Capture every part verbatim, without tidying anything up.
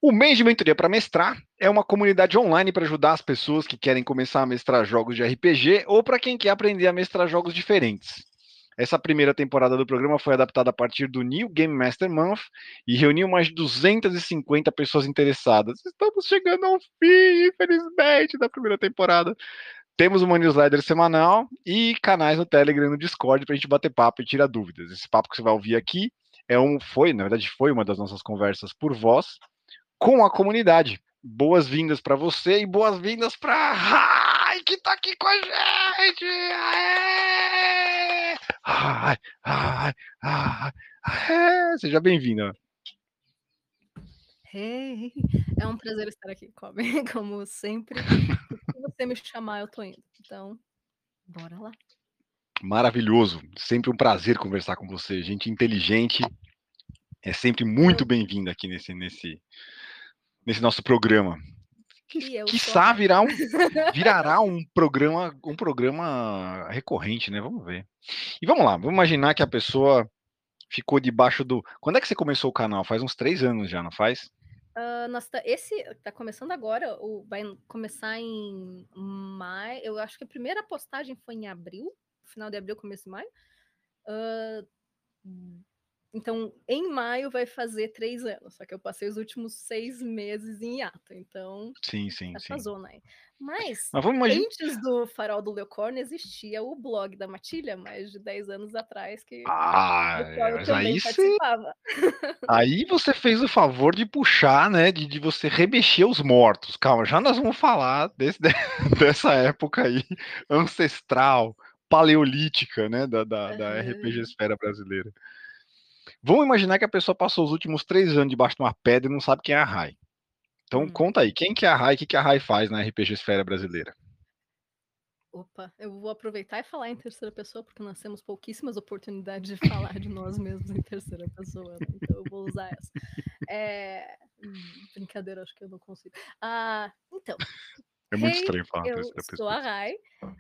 O mês de mentoria para mestrar é uma comunidade online para ajudar as pessoas que querem começar a mestrar jogos de R P G ou para quem quer aprender a mestrar jogos diferentes. Essa primeira temporada do programa foi adaptada a partir do New Game Master Month e reuniu mais de duzentas e cinquenta pessoas interessadas. Estamos chegando ao fim, infelizmente, da primeira temporada. Temos uma newsletter semanal e canais no Telegram e no Discord para a gente bater papo e tirar dúvidas. Esse papo que você vai ouvir aqui é um, foi, na verdade, foi uma das nossas conversas por voz com a comunidade. Boas-vindas para você e boas-vindas para Rai, que está aqui com a gente! Aê! Rai, Rai, Rai, Aê! Seja bem-vinda. Hey, é um prazer estar aqui, Kobe, como sempre. O que você me chamar, eu tô indo. Então, bora lá. Maravilhoso. Sempre um prazer conversar com você. Gente inteligente é sempre muito Eu, bem-vinda aqui nesse, nesse, nesse nosso programa. e eu sou a Quiçá Rai. virar um, virará um programa, um programa recorrente, né? Vamos ver. E vamos lá, vamos imaginar que a pessoa ficou debaixo do. Quando é que você começou o canal? Faz uns três anos já, não faz? Ah, nossa, tá- esse tá começando agora, o, vai começar em maio. Eu acho que a primeira postagem foi em abril, final de abril, começo de maio. Ah, Então, em maio vai fazer três anos, só que eu passei os últimos seis meses em hiato, então Sim, sim, essa sim. zona aí. Mas, Mas vamos imaginar. antes do Farol do Leocorno, existia o blog da Matilha, mais de dez anos atrás, que, Ah, do qual é, eu mas também aí você. participava. Aí você fez o favor de puxar, né? De, de você remexer os mortos. Calma, já nós vamos falar desse, dessa época aí, ancestral, paleolítica, né? Da, da, da R P G Aham. Esfera brasileira. Vamos imaginar que a pessoa passou os últimos três anos debaixo de uma pedra e não sabe quem é a Rai. Então Hum. conta aí, quem que é a Rai, o que, que a Rai faz na R P G Esfera brasileira? Opa, eu vou aproveitar e falar em terceira pessoa, porque nós temos pouquíssimas oportunidades de falar de nós mesmos em terceira pessoa, né? Então eu vou usar essa. É... hum, Brincadeira, acho que eu não consigo. Ah, então, É muito hey, estranho falar na eu terceira sou pessoa. a Rai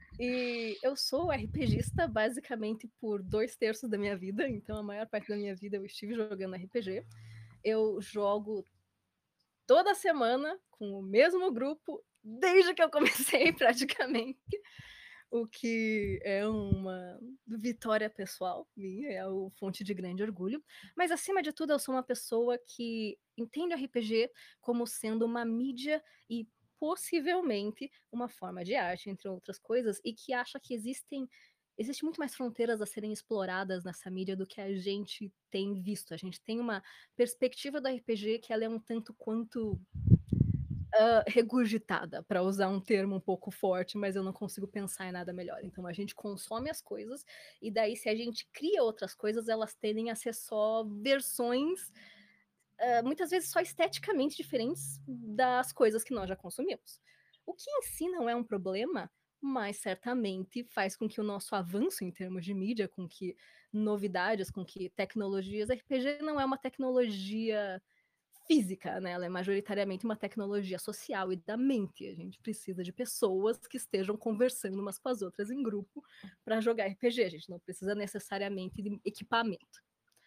e eu sou RPGista basicamente por dois terços da minha vida, então a maior parte da minha vida eu estive jogando R P G. Eu jogo toda semana com o mesmo grupo desde que eu comecei praticamente, o que é uma vitória pessoal minha, é o fonte de grande orgulho. Mas acima de tudo, eu sou uma pessoa que entende o R P G como sendo uma mídia e possivelmente uma forma de arte, entre outras coisas, e que acha que existem existe muito mais fronteiras a serem exploradas nessa mídia do que a gente tem visto. A gente tem uma perspectiva do R P G que ela é um tanto quanto uh, regurgitada, para usar um termo um pouco forte, mas eu não consigo pensar em nada melhor. Então a gente consome as coisas, e daí, se a gente cria outras coisas, elas tendem a ser só versões, uh, muitas vezes só esteticamente diferentes das coisas que nós já consumimos. O que em si não é um problema, mas certamente faz com que o nosso avanço em termos de mídia, com que novidades, com que tecnologias, R P G não é uma tecnologia física, né? Ela é majoritariamente uma tecnologia social e da mente. A gente precisa de pessoas que estejam conversando umas com as outras em grupo para jogar R P G. A gente não precisa necessariamente de equipamento.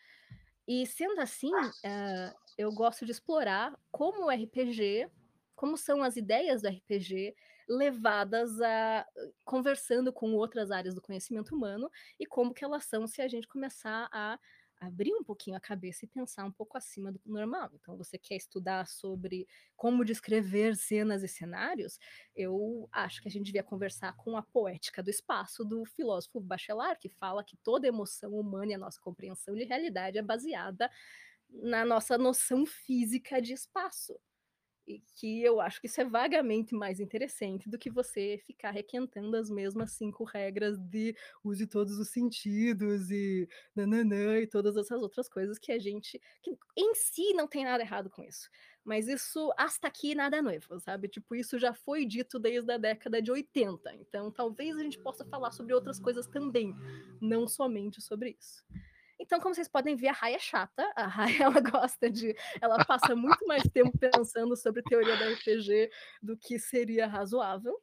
E sendo assim, uh, eu gosto de explorar como o R P G, como são as ideias do R P G levadas a conversando com outras áreas do conhecimento humano e como que elas são se a gente começar a abrir um pouquinho a cabeça e pensar um pouco acima do normal. Então, você quer estudar sobre como descrever cenas e cenários? Eu acho que a gente devia conversar com a poética do espaço do filósofo Bachelard, que fala que toda emoção humana e a nossa compreensão de realidade é baseada na nossa noção física de espaço. E que eu acho que isso é vagamente mais interessante do que você ficar requentando as mesmas cinco regras de use todos os sentidos e nananã e todas essas outras coisas que a gente. Que em si não tem nada errado com isso. Mas isso, hasta aqui, nada é novo, sabe? Tipo, isso já foi dito desde a década de oitenta. Então talvez a gente possa falar sobre outras coisas também, não somente sobre isso. Então, como vocês podem ver, a Rai é chata. A Rai, ela gosta de... Ela passa muito mais tempo pensando sobre teoria da R P G do que seria razoável.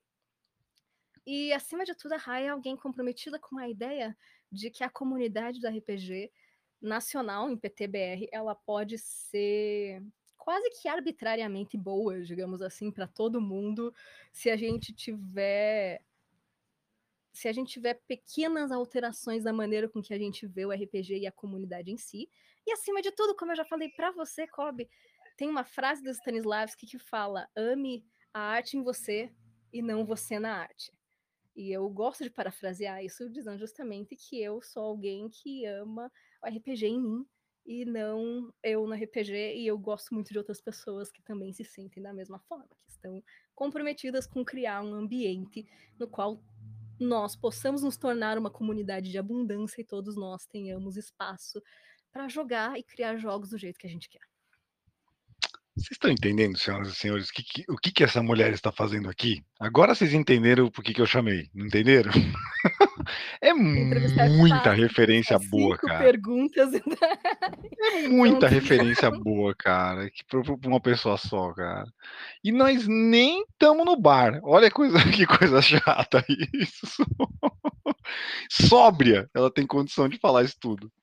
E, acima de tudo, a Rai é alguém comprometida com a ideia de que a comunidade do R P G nacional, em P T B R, ela pode ser quase que arbitrariamente boas, digamos assim, para todo mundo, se a gente tiver se a gente tiver pequenas alterações na maneira com que a gente vê o R P G e a comunidade em si. E acima de tudo, como eu já falei para você, Kobe, tem uma frase do Stanislavski que fala: ame a arte em você e não você na arte. E eu gosto de parafrasear isso dizendo justamente que eu sou alguém que ama o R P G em mim e não eu no R P G, e eu gosto muito de outras pessoas que também se sentem da mesma forma, que estão comprometidas com criar um ambiente no qual nós possamos nos tornar uma comunidade de abundância e todos nós tenhamos espaço para jogar e criar jogos do jeito que a gente quer. Vocês estão entendendo, senhoras e senhores, o que, que, o que, que essa mulher está fazendo aqui? Agora vocês entenderam por que, que eu chamei, não entenderam? É Entrevistar é muita fácil, referência são boa, cinco cara. perguntas. É muita Pronto. referência boa, cara, que para uma pessoa só, cara. E nós nem estamos no bar. Olha coisa, que coisa chata isso. Sóbria, ela tem condição de falar isso tudo.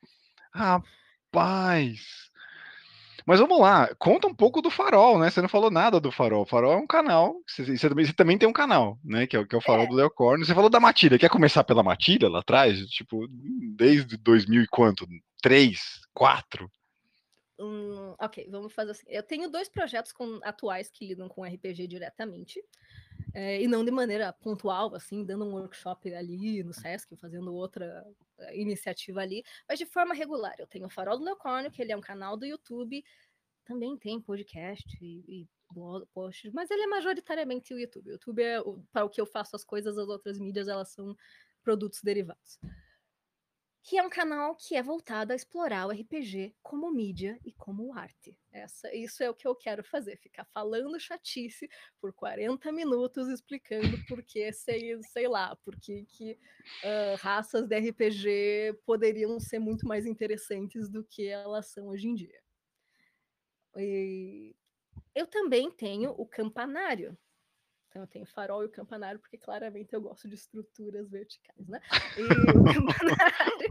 Rapaz. Mas vamos lá, conta um pouco do Farol, né? Você não falou nada do Farol. O Farol é um canal. Você, você também, você também tem um canal, né? Que é, que é o Farol É, do Leocorno. Você falou da Matilha. Quer começar pela Matilha lá atrás? Tipo, desde dois mil e quanto? Três? Quatro? hum, ok, vamos fazer assim. Eu tenho dois projetos com, atuais que lidam com R P G diretamente. É, e não de maneira pontual, assim, dando um workshop ali no Sesc, fazendo outra uh, iniciativa ali, mas de forma regular. Eu tenho o Farol do Leocórnio, que ele é um canal do YouTube, também tem podcast e, e blog, posts, mas ele é majoritariamente o YouTube. O YouTube é o, para o que eu faço as coisas, as outras mídias, elas são produtos derivados. Que é um canal que é voltado a explorar o R P G como mídia e como arte. Essa, isso é o que eu quero fazer, ficar falando chatice por quarenta minutos explicando por que, sei, sei lá, por que, que uh, raças de R P G poderiam ser muito mais interessantes do que elas são hoje em dia. E eu também tenho o Campanário. Então eu tenho o Farol e o Campanário, porque claramente eu gosto de estruturas verticais, né? E o Campanário,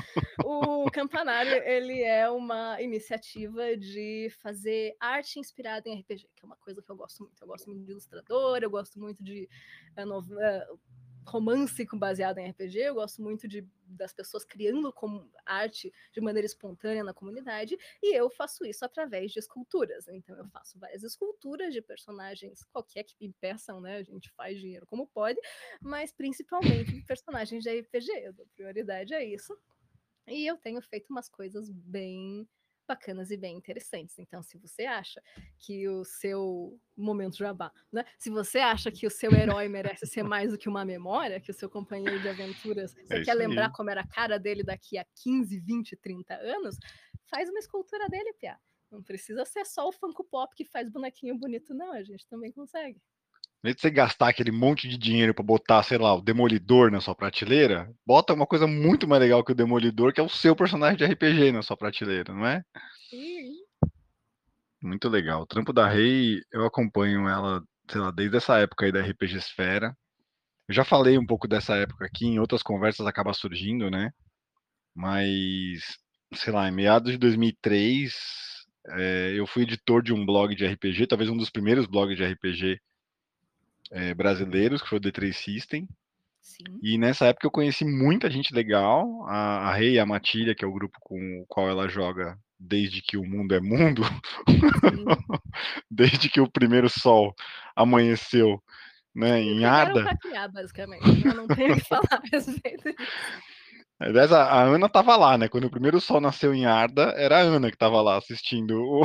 o Campanário, ele é uma iniciativa de fazer arte inspirada em R P G, que é uma coisa que eu gosto muito. Eu gosto muito de ilustrador, eu gosto muito de uh, novela, romance baseado em R P G, eu gosto muito de, das pessoas criando como arte de maneira espontânea na comunidade, e eu faço isso através de esculturas. Então eu faço várias esculturas de personagens, qualquer que me peçam, né? A gente faz dinheiro como pode, mas principalmente de personagens de R P G. Eu dou prioridade a isso. E eu tenho feito umas coisas bem bacanas e bem interessantes. Então, se você acha que o seu momento jabá, né? Se você acha que o seu herói merece ser mais do que uma memória, que o seu companheiro de aventuras, você É quer isso lembrar aí. como era a cara dele daqui a quinze, vinte, trinta anos, faz uma escultura dele, Pia. Não precisa ser só o Funko Pop que faz bonequinho bonito, não. A gente também consegue. Em vez de você gastar aquele monte de dinheiro para botar, sei lá, o Demolidor na sua prateleira, bota uma coisa muito mais legal que o Demolidor, que é o seu personagem de R P G na sua prateleira, não é? Sim. Muito legal. O Trampo da Rei, eu acompanho ela, sei lá, desde essa época aí da R P G Esfera. Eu já falei um pouco dessa época aqui, em outras conversas acaba surgindo, né? Mas, sei lá, em meados de dois mil e três, é, eu fui editor de um blog de R P G, talvez um dos primeiros blogs de R P G é, brasileiros, que foi o The Três System. Sim. E nessa época eu conheci muita gente legal, a, a Rei e a Matilha, que é o grupo com o qual ela joga desde que o mundo é mundo, Sim. desde que o primeiro sol amanheceu, né, Me em pegaram Arda. para criar, basicamente. Né? Não tenho o que falar a respeito disso. Aliás, a, a Ana tava lá, né? Quando o primeiro sol nasceu em Arda, era a Ana que tava lá assistindo. O...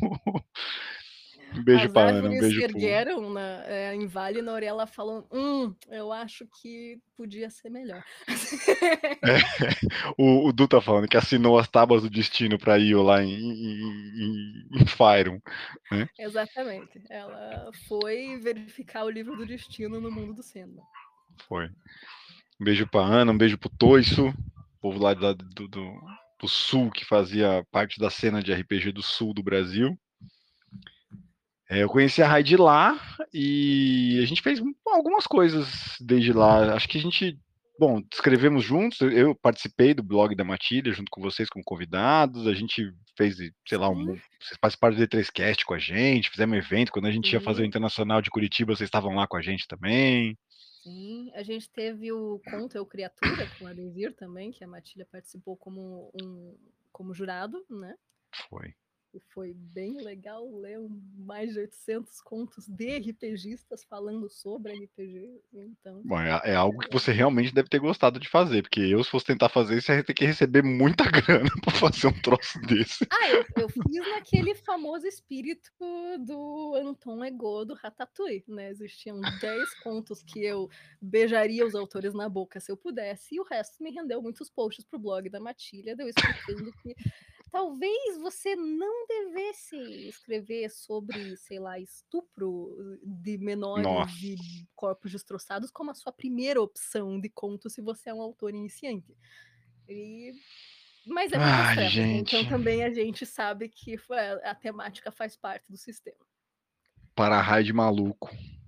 Um beijo As pra Ana, um árvores beijo se pro. ergueram na, é, em Valinor e ela falou: Hum, eu acho que podia ser melhor. É, o, o Du tá falando que assinou as tábuas do destino pra Io lá em, em, em Fyron, né? Exatamente. Ela foi verificar o livro do destino no mundo do cinema. Foi. Um beijo pra Ana, um beijo pro Toiço, povo lá do, do, do, do sul que fazia parte da cena de R P G do sul do Brasil. É, eu conheci a Raid lá e a gente fez algumas coisas desde lá. Acho que a gente bom, escrevemos juntos, eu participei do blog da Matilha junto com vocês como convidados, a gente fez, sei lá, Sim. um, vocês participaram do D três Cast com a gente, fizemos um evento, quando a gente ia fazer o Sim. Internacional de Curitiba, vocês estavam lá com a gente também. Sim, a gente teve o Conto Eu Criatura com a Devir também, que a Matilha participou como, um, como jurado, né? Foi. E foi bem legal ler mais de oitocentos contos de RPGistas falando sobre R P G. Então, Bom, é, é algo que você realmente deve ter gostado de fazer, porque eu, se fosse tentar fazer isso, ia ter que receber muita grana para fazer um troço desse. Ah, eu, eu fiz naquele famoso espírito do Anton Ego do Ratatouille, né? Existiam dez contos que eu beijaria os autores na boca se eu pudesse, e o resto me rendeu muitos posts pro blog da Matilha, eu explicando que talvez você não devesse escrever sobre, sei lá, estupro de menores Nossa. e corpos destroçados como a sua primeira opção de conto se você é um autor iniciante. E... Mas é muitas Ai, tretas, né? gente. Então também a gente sabe que a temática faz parte do sistema. Para-raio de maluco.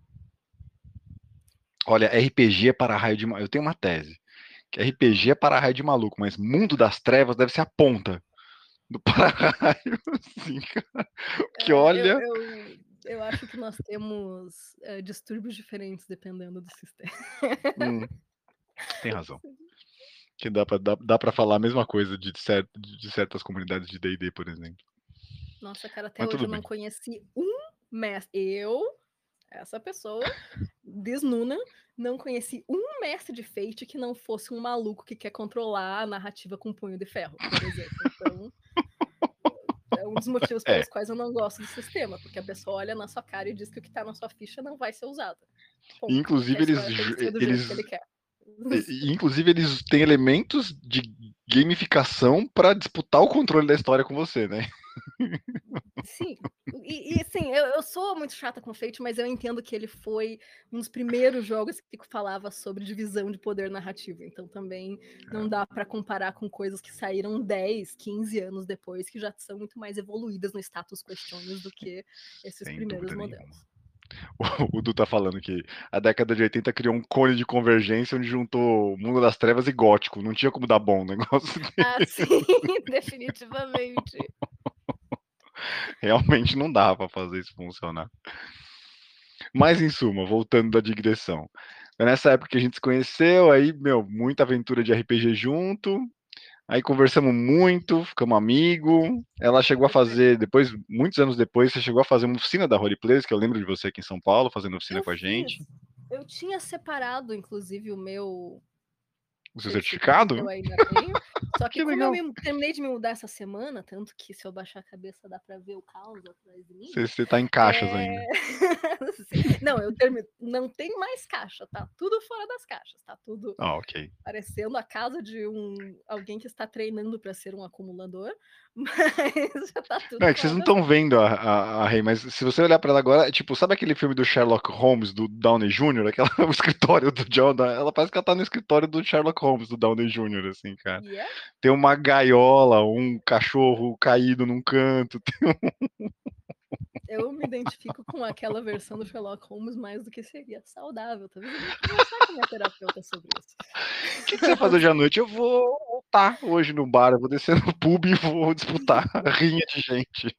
Olha, R P G é para-raio de maluco. Eu tenho uma tese. Que R P G é para-raio de maluco, mas Mundo das Trevas deve ser a ponta do para-raio. Assim, cara. Que É, eu, olha. eu, eu acho que nós temos é, distúrbios diferentes dependendo do sistema. Hum, tem razão. Que dá pra, dá, dá pra falar a mesma coisa de, cert, de certas comunidades de D e D, por exemplo. Nossa, cara, até Mas hoje tudo eu não bem. conheci um mestre. Eu, essa pessoa, desnuna, não conheci um mestre de Fate que não fosse um maluco que quer controlar a narrativa com punho de ferro, por exemplo. Então, é um dos motivos É. pelos quais eu não gosto do sistema, porque a pessoa olha na sua cara e diz que o que tá na sua ficha não vai ser usado. Ponto. Inclusive, Porque a eles, história tem que ser do jeito eles que ele quer. E, inclusive, eles têm elementos de gamificação para disputar o controle da história com você, né? Sim, e, e sim, eu, eu sou muito chata com Fate, mas eu entendo que ele foi um dos primeiros jogos que falava sobre divisão de poder narrativo, então também não dá para comparar com coisas que saíram dez, quinze anos depois, que já são muito mais evoluídas no status questions do que esses Sem primeiros dúvida modelos. nenhuma. O, o Du tá falando que a década de oitenta criou um cone de convergência onde juntou Mundo das Trevas e Gótico. Não tinha como dar bom o negócio. Ah, sim, definitivamente. Realmente não dava para fazer isso funcionar. Mas, em suma, voltando da digressão. Nessa época que a gente se conheceu, aí, meu, muita aventura de R P G junto. Aí conversamos muito, ficamos amigos. Ela chegou a fazer, depois, muitos anos depois, você chegou a fazer uma oficina da Roleplayers, que eu lembro de você aqui em São Paulo, fazendo oficina Eu com a gente. fiz. Eu tinha separado, inclusive, o meu O seu certificado, que certificado? eu ainda tenho. Só que Que como eu legal. me, terminei de me mudar essa semana, tanto que se eu baixar a cabeça dá para ver o caos atrás de mim. Você, você tá em caixas É... ainda. Não, eu termino, não tem mais caixa, tá tudo fora das caixas, tá tudo Ah, ok. parecendo a casa de um alguém que está treinando para ser um acumulador, mas já tá tudo Não, é que vocês fora não das estão caixas. vendo a, a, a Rei, mas se você olhar para ela agora, tipo, sabe aquele filme do Sherlock Holmes, do Downey júnior? Aquela, o escritório do John, ela parece que ela tá no escritório do Sherlock Holmes, do Downey júnior, assim, cara. Yeah. Tem uma gaiola, um cachorro caído num canto. Tem um... Eu me identifico com aquela versão do Sherlock Holmes mais do que seria saudável. Talvez eu devia conversar com a minha terapeuta sobre isso. O que, que você vai fazer hoje à noite? Eu vou voltar hoje no bar, eu vou descer no pub e vou disputar a rinha de gente.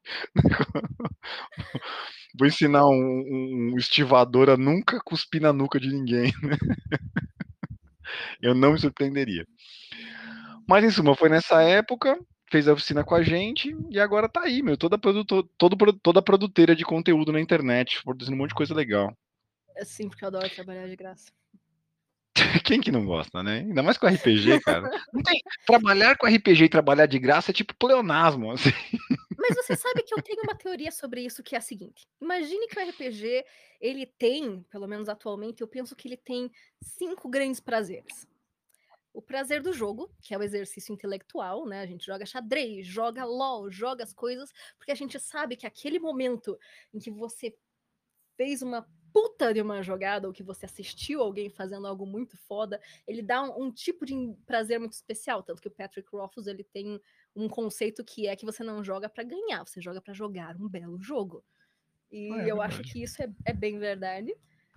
Vou ensinar um, um estivador a nunca cuspir na nuca de ninguém. Né? Eu não me surpreenderia. Mas, em suma, foi nessa época, fez a oficina com a gente e agora tá aí, meu. Toda, produtor, todo, toda produteira de conteúdo na internet, produzindo um monte de coisa legal. Sim, porque eu adoro trabalhar de graça. Quem que não gosta, né? Ainda mais com R P G, cara. Não tem... Trabalhar com R P G e trabalhar de graça é tipo pleonasmo, assim. Mas você sabe que eu tenho uma teoria sobre isso que é a seguinte. Imagine que o R P G, ele tem, pelo menos atualmente, eu penso que ele tem cinco grandes prazeres. O prazer do jogo, que é o exercício intelectual, né? A gente joga xadrez, joga LOL, joga as coisas, porque a gente sabe que aquele momento em que você fez uma puta de uma jogada ou que você assistiu alguém fazendo algo muito foda, ele dá um, um tipo de prazer muito especial, tanto que o Patrick Rothfuss, ele tem um conceito que é que você não joga para ganhar, você joga para jogar um belo jogo. E Ah, é eu acho verdade. que isso é, é bem verdade.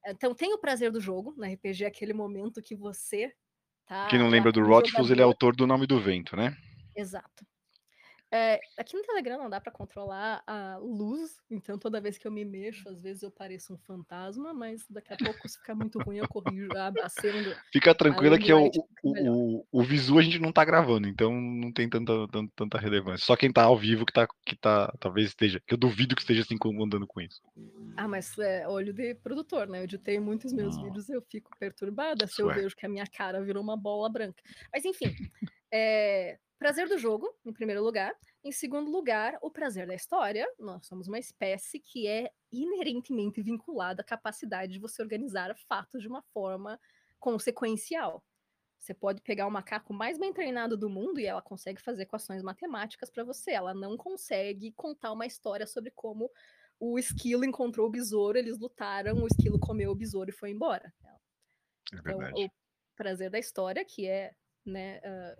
Então tem o prazer do jogo, no R P G é aquele momento que você Quem tá não lá lembra do como Rothfuss, ele é jogador. autor do Nome do Vento, né? Exato. É, aqui no Telegram não dá pra controlar a luz, então toda vez que eu me mexo, às vezes eu pareço um fantasma, mas daqui a pouco, se ficar muito ruim, eu corrijo, a- acendo Fica a tranquila ring que o, light, o, fica melhor. o, o visu a gente não tá gravando, então não tem tanta, tanta, tanta relevância. Só quem tá ao vivo que tá, que tá, talvez esteja, que eu duvido que esteja se incomodando com isso. Ah, mas é olho de produtor, né? Eu editei muitos meus Hum, vídeos, eu fico perturbada se isso eu é. vejo que a minha cara virou uma bola branca. Mas enfim, é, prazer do jogo, em primeiro lugar. Em segundo lugar, o prazer da história. Nós somos uma espécie que é inerentemente vinculada à capacidade de você organizar fatos de uma forma consequencial. Você pode pegar o macaco mais bem treinado do mundo e ela consegue fazer equações matemáticas para você. Ela não consegue contar uma história sobre como o esquilo encontrou o besouro, eles lutaram, o esquilo comeu o besouro e foi embora. É Então, verdade. o prazer da história, que é, né, uh,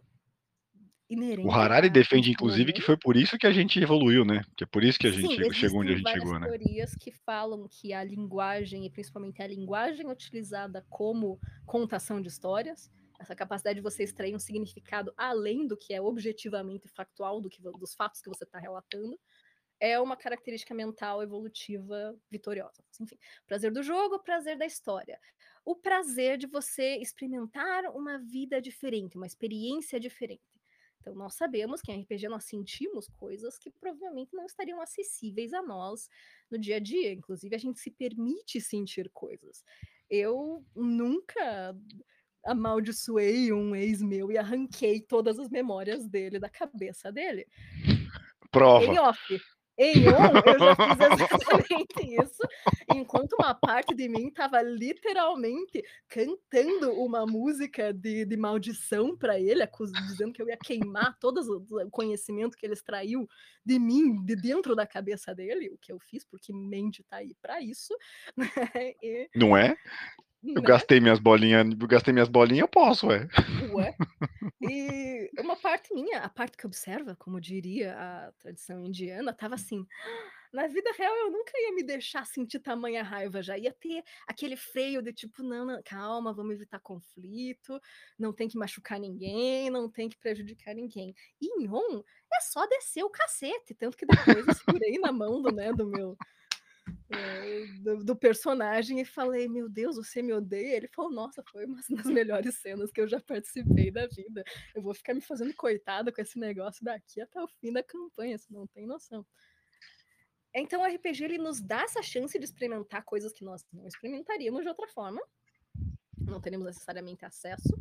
O inerente Harari a defende, este inclusive, que momento. foi por isso que a gente evoluiu, né? Que é por isso que a gente Sim, chegou onde a existem gente várias chegou, né? teorias que falam que a linguagem, e principalmente a linguagem utilizada como contação de histórias, essa capacidade de você extrair um significado além do que é objetivamente factual, do que, dos fatos que você está relatando, é uma característica mental evolutiva vitoriosa. Enfim, prazer do jogo, prazer da história. O prazer de você experimentar uma vida diferente, uma experiência diferente. Então, nós sabemos que em R P G nós sentimos coisas que provavelmente não estariam acessíveis a nós no dia a dia. Inclusive, a gente se permite sentir coisas. Eu nunca amaldiçoei um ex meu e arranquei todas as memórias dele da cabeça dele. Em Prova. off. Em on, eu já fiz exatamente isso, enquanto uma parte de mim estava literalmente cantando uma música de, de maldição para ele, dizendo que eu ia queimar todo o conhecimento que ele extraiu de mim, de dentro da cabeça dele, o que eu fiz, porque mente tá aí para isso. Né? E, Não é? Eu né? gastei minhas bolinhas, eu gastei minhas bolinhas, eu posso, ué. Ué? E uma parte minha, a parte que observa, como diria a tradição indiana, estava assim: na vida real eu nunca ia me deixar sentir tamanha raiva, já ia ter aquele freio de tipo, não, não, calma, vamos evitar conflito, não tem que machucar ninguém, não tem que prejudicar ninguém. E em On é só descer o cacete, tanto que depois eu segurei na mão do, né, do meu Uh, do, do personagem e falei, meu Deus, você me odeia? Ele falou, nossa, foi uma das melhores cenas que eu já participei da vida. Eu vou ficar me fazendo coitada com esse negócio daqui até o fim da campanha, você não tem noção. Então o R P G ele nos dá essa chance de experimentar coisas que nós não experimentaríamos de outra forma. Não teremos necessariamente acesso.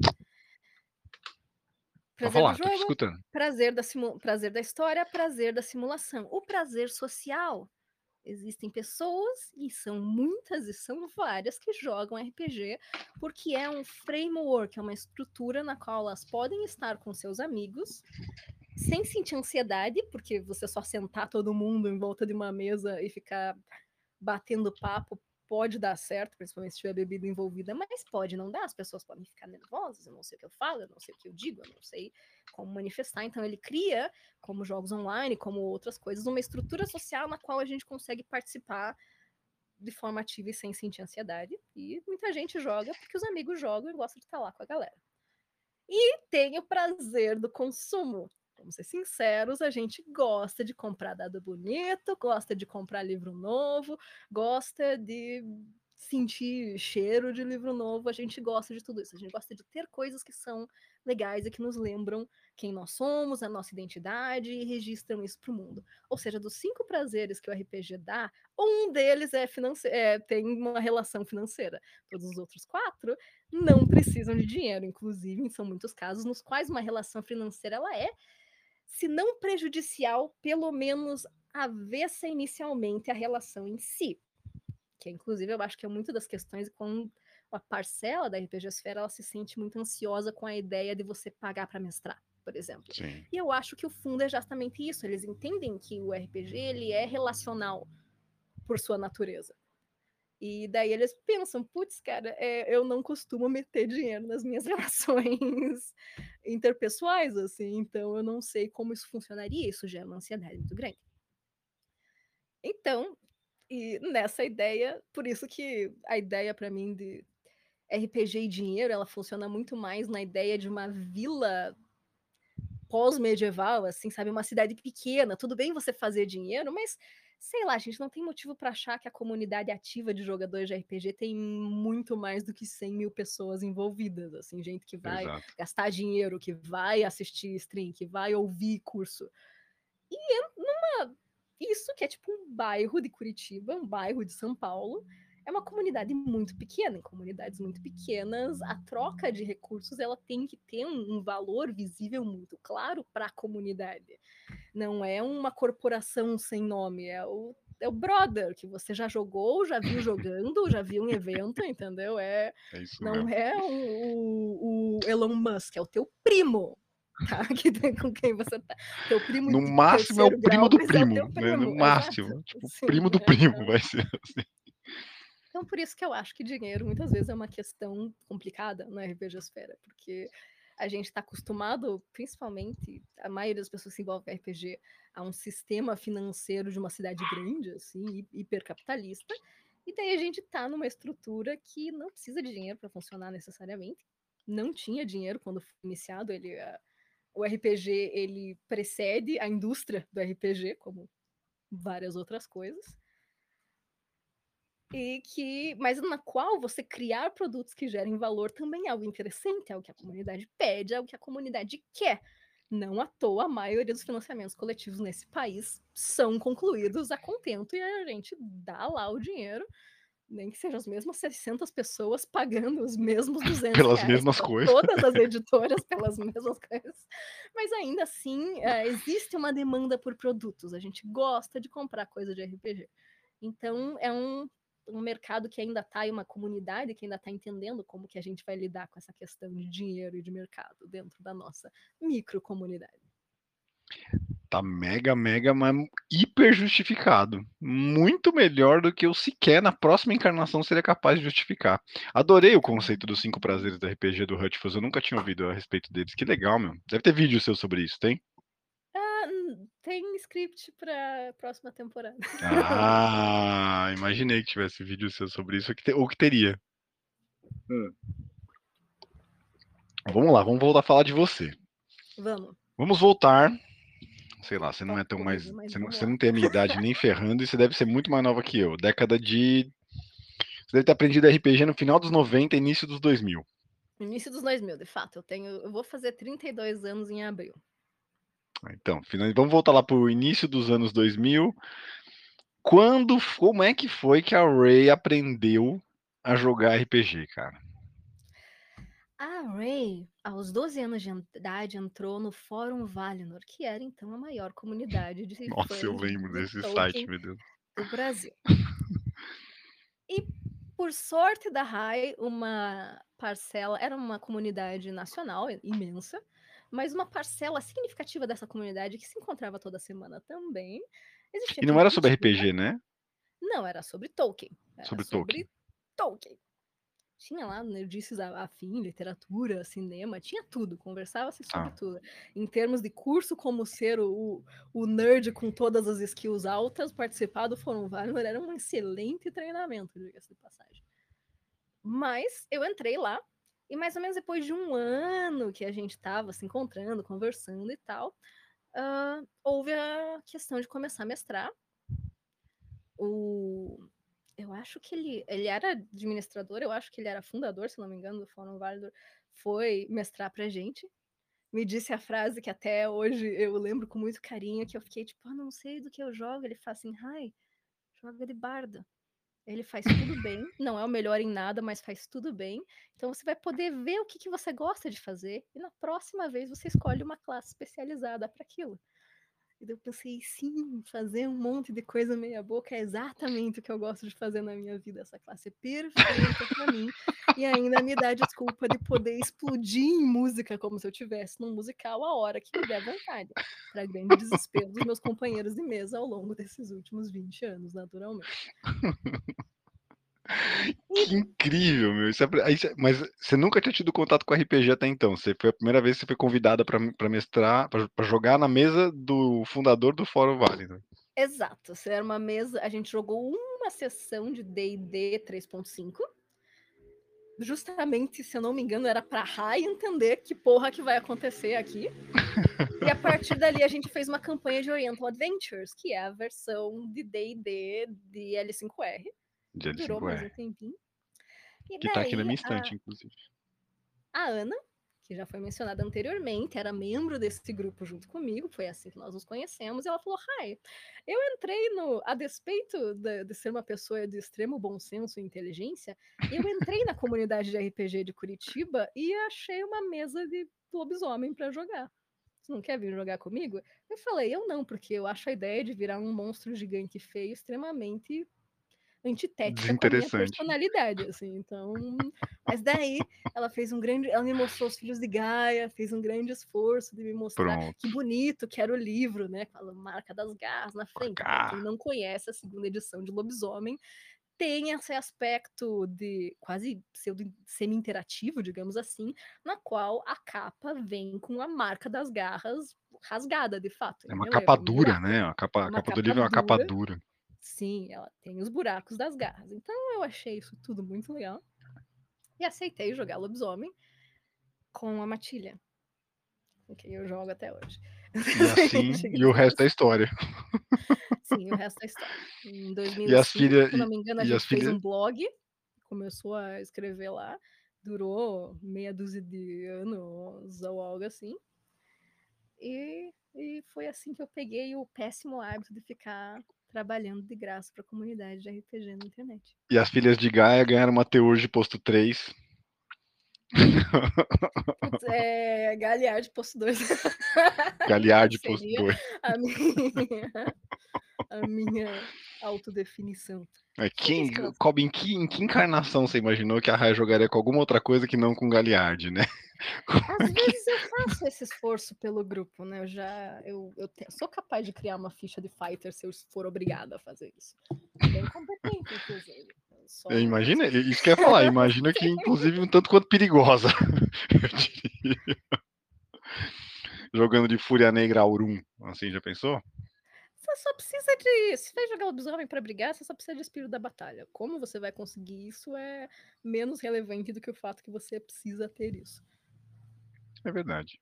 Pode Prazer do falar, tô te jogo, escutando. prazer da, prazer da história, prazer da simulação. O prazer social. Existem pessoas, e são muitas e são várias, que jogam R P G porque é um framework, é uma estrutura na qual elas podem estar com seus amigos sem sentir ansiedade, porque você só sentar todo mundo em volta de uma mesa e ficar batendo papo pode dar certo, principalmente se tiver bebida envolvida, mas pode não dar, as pessoas podem ficar nervosas, eu não sei o que eu falo, eu não sei o que eu digo, eu não sei como manifestar. Então ele cria, como jogos online, como outras coisas, uma estrutura social na qual a gente consegue participar de forma ativa e sem sentir ansiedade. E muita gente joga porque os amigos jogam e gostam de estar lá com a galera. E tem o prazer do consumo. Vamos ser sinceros, a gente gosta de comprar dado bonito, gosta de comprar livro novo, gosta de sentir cheiro de livro novo, a gente gosta de tudo isso. A gente gosta de ter coisas que são legais e que nos lembram quem nós somos, a nossa identidade e registram isso para o mundo. Ou seja, dos cinco prazeres que o R P G dá, um deles é, finance é tem uma relação financeira. Todos os outros quatro não precisam de dinheiro, inclusive, são muitos casos nos quais uma relação financeira ela é, se não prejudicial, pelo menos avessa inicialmente a relação em si. Que, inclusive, eu acho que é muito das questões quando a parcela da R P G Esfera ela se sente muito ansiosa com a ideia de você pagar para mestrar, por exemplo. Sim. E eu acho que o fundo é justamente isso. Eles entendem que o R P G ele é relacional por sua natureza. E daí eles pensam, putz, cara, é, eu não costumo meter dinheiro nas minhas relações interpessoais, assim, então eu não sei como isso funcionaria, isso gera uma ansiedade muito grande. Então, E nessa ideia, por isso que a ideia para mim de R P G e dinheiro, ela funciona muito mais na ideia de uma vila pós-medieval, assim, sabe, uma cidade pequena. Tudo bem você fazer dinheiro, mas sei lá, a gente não tem motivo para achar que a comunidade ativa de jogadores de R P G tem muito mais do que cem mil pessoas envolvidas, assim, gente que vai Exato. gastar dinheiro, que vai assistir stream, que vai ouvir curso. E é numa isso que é tipo um bairro de Curitiba, um bairro de São Paulo, é uma comunidade muito pequena. Em comunidades muito pequenas, a troca de recursos ela tem que ter um, um valor visível muito claro para a comunidade. Não é uma corporação sem nome, é o, é o brother que você já jogou, já viu jogando, já viu em evento, entendeu? É, É isso não mesmo. é o, o, o Elon Musk, é o teu primo. Tá, que tem com quem você tá. Teu primo No de máximo é o terceiro primo grau, do mas é o primo, teu né? No primo, exato. máximo. Tipo, Sim, primo do primo então, vai ser assim. então, por isso que eu acho que dinheiro muitas vezes é uma questão complicada na R P G esfera, porque a gente está acostumado, principalmente a maioria das pessoas que se envolve com R P G, a um sistema financeiro de uma cidade grande, assim, hipercapitalista, e daí a gente está numa estrutura que não precisa de dinheiro para funcionar necessariamente. Não tinha dinheiro quando foi iniciado, ele, a, o R P G ele precede a indústria do R P G, como várias outras coisas. E que, mas na qual você criar produtos que gerem valor também é algo interessante, é algo que a comunidade pede, é algo que a comunidade quer. Não à toa, a maioria dos financiamentos coletivos nesse país são concluídos a contento e a gente dá lá o dinheiro, nem que sejam as mesmas seiscentas pessoas pagando os mesmos duzentos Pelas reais mesmas para coisas. todas as editoras pelas mesmas coisas. Mas ainda assim, é, existe uma demanda por produtos. A gente gosta de comprar coisa de R P G. Então, é um, um mercado que ainda está, e uma comunidade que ainda está entendendo como que a gente vai lidar com essa questão de dinheiro e de mercado dentro da nossa microcomunidade. Tá mega, mega, mas hiper justificado. Muito melhor do que eu sequer na próxima encarnação seria capaz de justificar. Adorei o conceito dos cinco prazeres do R P G do Hutchfuzz. Eu nunca tinha ouvido a respeito deles. Que legal, meu. Deve ter vídeo seu sobre isso, tem? Ah, tem script para próxima temporada. Ah, imaginei que tivesse vídeo seu sobre isso, ou que, te, ou que teria. Hum. Vamos lá, vamos voltar a falar de você. Vamos. Vamos voltar. Sei lá, você não é Tópico tão mais. horrível, mas Você não, vamos você lá. não tem a minha idade nem ferrando e você deve ser muito mais nova que eu. Década de. Você deve ter aprendido R P G no final dos noventa, início dos dois mil. Início dos dois mil, de fato. Eu tenho, eu vou fazer trinta e dois anos em abril. Então, vamos voltar lá para o início dos anos dois mil. Quando, como é que foi que a Ray aprendeu a jogar R P G, cara? A Ray, aos doze anos de idade, entrou no Fórum Valinor, que era então a maior comunidade de Nossa, eu fãs lembro de desse site, Tolkien meu Deus. do Brasil. E, por sorte da Rai, uma parcela, era uma comunidade nacional imensa, mas uma parcela significativa dessa comunidade que se encontrava toda semana também existia E aqui não em era sobre Curitiba. R P G, né? Não era sobre Tolkien, era Sobre Tolkien. sobre Tolkien. Tinha lá nerdices afim, literatura, cinema, tinha tudo, conversava-se sobre Ah. tudo. Em termos de curso, como ser o, o nerd com todas as skills altas, participar do Fórum Valor era um excelente treinamento, diga-se de passagem. Mas eu entrei lá, e mais ou menos depois de um ano que a gente estava se encontrando, conversando e tal, uh, houve a questão de começar a mestrar. O eu acho que ele, ele era administrador, eu acho que ele era fundador, se não me engano, do Fórum Válido, foi mestrar pra gente. Me disse a frase que até hoje eu lembro com muito carinho, que eu fiquei tipo, ah, não sei do que eu jogo. Ele fala assim, ai, joga de bardo. Ele faz tudo bem, não é o melhor em nada, mas faz tudo bem. Então você vai poder ver o que, que você gosta de fazer, e na próxima vez você escolhe uma classe especializada para aquilo. E eu pensei, sim, fazer um monte de coisa meia boca é exatamente o que eu gosto de fazer na minha vida. Essa classe é perfeita para mim. E ainda me dá desculpa de poder explodir em música como se eu tivesse num musical a hora que me der vontade. Para grande desespero dos meus companheiros de mesa ao longo desses últimos vinte anos, naturalmente. Que incrível, meu. Isso é, aí você- mas você nunca tinha tido contato com R P G até então. Você foi a primeira vez que você foi convidada para mestrar, para jogar na mesa do fundador do Fórum Vale. Né? Exato, se era uma mesa a gente jogou uma sessão de D e D três ponto cinco. Justamente, se eu não me engano, era pra Rai entender que porra que vai acontecer aqui. E a partir dali a gente fez uma campanha de Oriental Adventures, que é a versão de D e D de L cinco R. De L Durou cinco mais um R. tempinho. E Que tá aqui na daí minha a, estante, inclusive. a Ana, que já foi mencionada anteriormente, era membro desse grupo junto comigo, foi assim que nós nos conhecemos, e ela falou, Rai, eu entrei no, a despeito de, de ser uma pessoa de extremo bom senso e inteligência, eu entrei na comunidade de R P G de Curitiba e achei uma mesa de lobisomem para jogar. Você não quer vir jogar comigo? Eu falei, eu não, porque eu acho a ideia de virar um monstro gigante e feio extremamente antitética com a minha Desinteressante. personalidade, assim, então... Mas daí, ela fez um grande... Ela me mostrou os Filhos de Gaia, fez um grande esforço de me mostrar Pronto. que bonito que era o livro, né, com a marca das garras na frente. Para quem Cá. não conhece, a segunda edição de Lobisomem tem esse aspecto de quase pseudo semi-interativo, digamos assim, na qual a capa vem com a marca das garras rasgada, de fato, É uma entendeu? É capa um dura, buraco. né? A capa, É a uma capa do capa livro é uma capa dura. dura. Sim, ela tem os buracos das garras. Então eu achei isso tudo muito legal. E aceitei jogar lobisomem com a Matilha, com quem eu jogo até hoje. E assim, Diga e o de resto é passagem. história. Sim, o resto é história. Em E as dois mil e cinco, filhas. se eu não E, me engano, a e as gente fez filhas. um blog, começou a escrever lá, durou meia dúzia de anos ou algo assim. E, e foi assim que eu peguei o péssimo hábito de ficar trabalhando de graça para a comunidade de R P G na internet. E as filhas de Gaia ganharam uma Teurge posto três. Putz, é Galeard posto dois. Galiard posto Seria dois. a minha, a minha autodefinição. É, Feliz quem, pelas... Cobb, em que, em que encarnação você imaginou que a Raia jogaria com alguma outra coisa que não com Galiard, né? Às vezes eu faço esse esforço pelo grupo, né? Eu já eu, eu te... sou capaz de criar uma ficha de fighter se eu for obrigada a fazer isso. Bem competente, inclusive. Só não... Imagina, isso que eu ia falar, imagina que inclusive um tanto quanto perigosa, eu diria. Jogando de Fúria Negra Aurum, assim, já pensou? Você só precisa de... Se vai jogar lobisomem pra brigar, você só precisa de espírito da batalha. Como você vai conseguir isso é menos relevante do que o fato que você precisa ter isso. É verdade.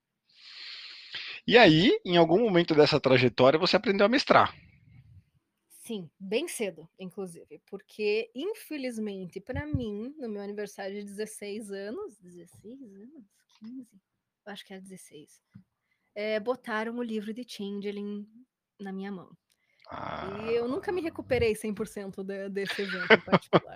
E aí, em algum momento dessa trajetória, você aprendeu a mestrar. Sim, bem cedo, inclusive, porque infelizmente para mim, no meu aniversário de dezesseis anos, dezesseis anos, quinze, eu acho que era dezesseis, é, botaram o livro de Changeling na minha mão. E Ah, eu nunca me recuperei cem por cento de, desse evento em particular.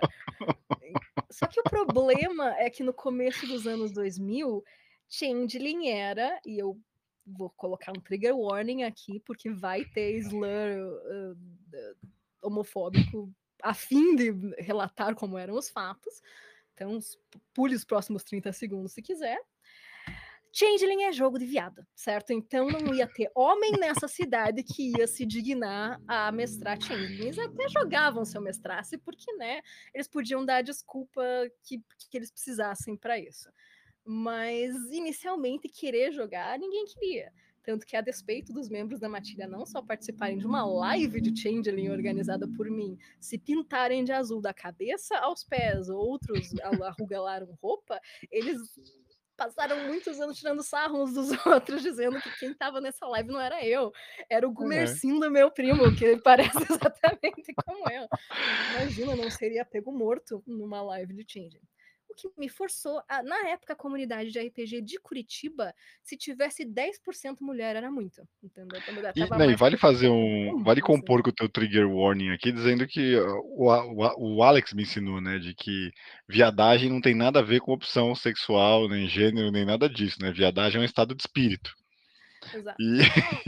Só que o problema é que no começo dos anos dois mil, Changeling era, e eu vou colocar um trigger warning aqui, porque vai ter slur uh, uh, homofóbico a fim de relatar como eram os fatos. Então, pule os próximos trinta segundos se quiser. Changeling é jogo de viado, certo? Então não ia ter homem nessa cidade que ia se dignar a mestrar Changeling. Eles até jogavam se eu mestrasse, porque, né, eles podiam dar a desculpa que, que eles precisassem para isso. Mas, inicialmente, querer jogar, ninguém queria. Tanto que, a despeito dos membros da Matilha não só participarem de uma live de Changeling organizada por mim, se pintarem de azul da cabeça aos pés, outros arrugalaram roupa, eles passaram muitos anos tirando sarro uns dos outros, dizendo que quem tava nessa live não era eu, era o é. Gumercindo do meu primo, que parece exatamente como eu. Imagina, não seria pego morto numa live de Changeling. O que me forçou, a, na época, a comunidade de R P G de Curitiba, se tivesse dez por cento mulher, era muito. Entendeu? Eu E, tava não, e mais vale fazer preocupada um. Vale com isso. compor com o teu trigger warning aqui, dizendo que uh, o, o, o Alex me ensinou, né? De que viadagem não tem nada a ver com opção sexual, nem gênero, nem nada disso, né? Viadagem é um estado de espírito. Exato. E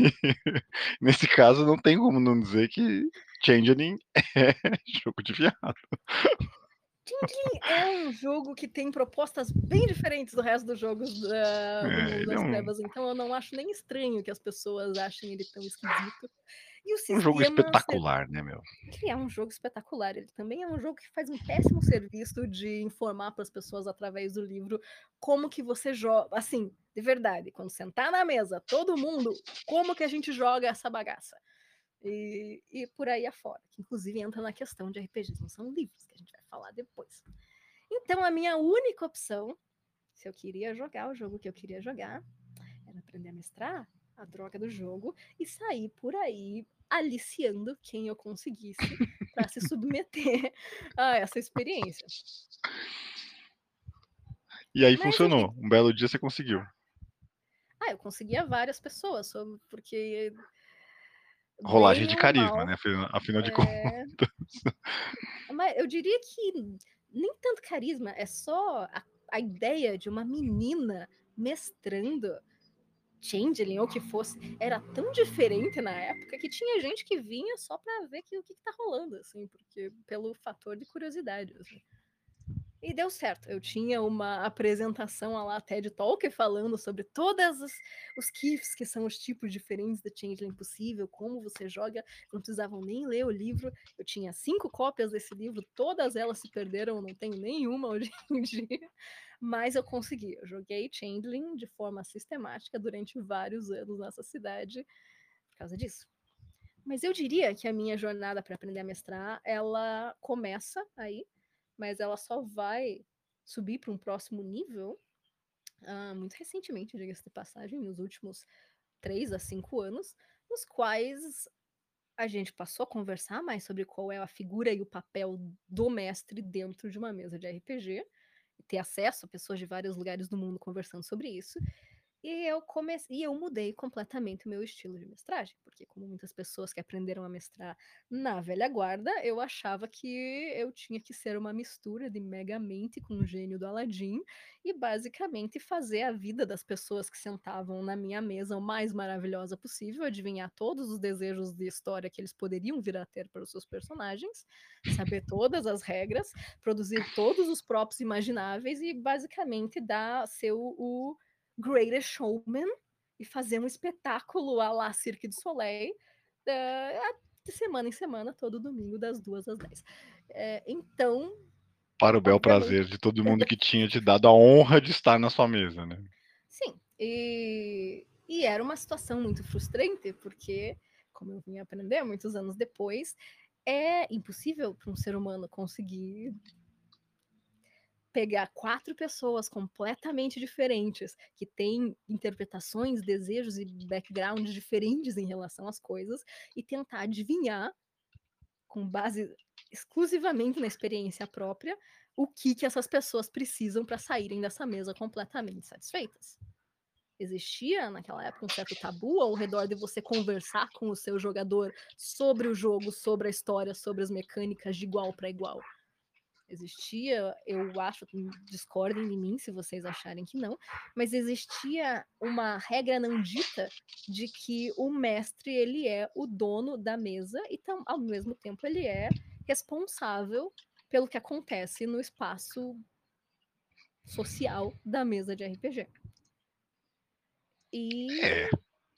nesse caso não tem como não dizer que Changeling é jogo de viado. Changeling é um jogo que tem propostas bem diferentes do resto dos jogos da, do É, mundo ele é das um, trevas, então eu não acho nem estranho que as pessoas achem ele tão esquisito. E o um jogo sistema, espetacular, né, meu? ele é um jogo espetacular, ele também é um jogo que faz um péssimo serviço de informar para as pessoas através do livro como que você joga, assim, de verdade, quando sentar na mesa, todo mundo, como que a gente joga essa bagaça. E, e por aí afora, que inclusive entra na questão de R P Gs, não são livros, que a gente vai falar depois. Então, a minha única opção, se eu queria jogar o jogo que eu queria jogar, era aprender a mestrar a droga do jogo e sair por aí aliciando quem eu conseguisse para se submeter a essa experiência. E aí Mas, funcionou. enfim. Um belo dia você conseguiu. Ah, eu conseguia várias pessoas, porque Rolagem bem de ou carisma, mal, né? Afinal de é... contas. Mas eu diria que nem tanto carisma, é só a, a ideia de uma menina mestrando Changeling, ou que fosse, era tão diferente na época que tinha gente que vinha só pra ver que, o que, que tá rolando, assim, porque pelo fator de curiosidade, assim. E deu certo. Eu tinha uma apresentação à la TED Talk falando sobre todos os, os Kifs, que são os tipos diferentes de Changeling possível, como você joga, não precisavam nem ler o livro. Eu tinha cinco cópias desse livro, todas elas se perderam, não tenho nenhuma hoje em dia. Mas eu consegui. Eu joguei Changeling de forma sistemática durante vários anos nessa cidade por causa disso. Mas eu diria que a minha jornada para aprender a mestrar, ela começa aí, mas ela só vai subir para um próximo nível uh, muito recentemente, diga-se de passagem, nos últimos três a cinco anos, nos quais a gente passou a conversar mais sobre qual é a figura e o papel do mestre dentro de uma mesa de R P G, e ter acesso a pessoas de vários lugares do mundo conversando sobre isso. E eu comecei, e eu mudei completamente o meu estilo de mestragem, porque como muitas pessoas que aprenderam a mestrar na velha guarda, eu achava que eu tinha que ser uma mistura de Megamente com o gênio do Aladdin e basicamente fazer a vida das pessoas que sentavam na minha mesa o mais maravilhosa possível, adivinhar todos os desejos de história que eles poderiam vir a ter para os seus personagens, saber todas as regras, produzir todos os props imagináveis e basicamente dar ser o, o Greatest Showman e fazer um espetáculo à la Cirque du Soleil uh, de semana em semana, todo domingo, das duas às dez. É, então. Para o bel prazer de todo mundo que tinha te dado a honra de estar na sua mesa, né? Sim, e, e era uma situação muito frustrante, porque, como eu vim aprender muitos anos depois, é impossível para um ser humano conseguir pegar quatro pessoas completamente diferentes, que têm interpretações, desejos e backgrounds diferentes em relação às coisas, e tentar adivinhar, com base exclusivamente na experiência própria, o que, que essas pessoas precisam para saírem dessa mesa completamente satisfeitas. Existia naquela época um certo tabu ao redor de você conversar com o seu jogador sobre o jogo, sobre a história, sobre as mecânicas de igual para igual. Existia, eu acho, discordem de mim se vocês acharem que não, mas existia uma regra não dita de que o mestre ele é o dono da mesa e tam, ao mesmo tempo ele é responsável pelo que acontece no espaço social da mesa de R P G. E é.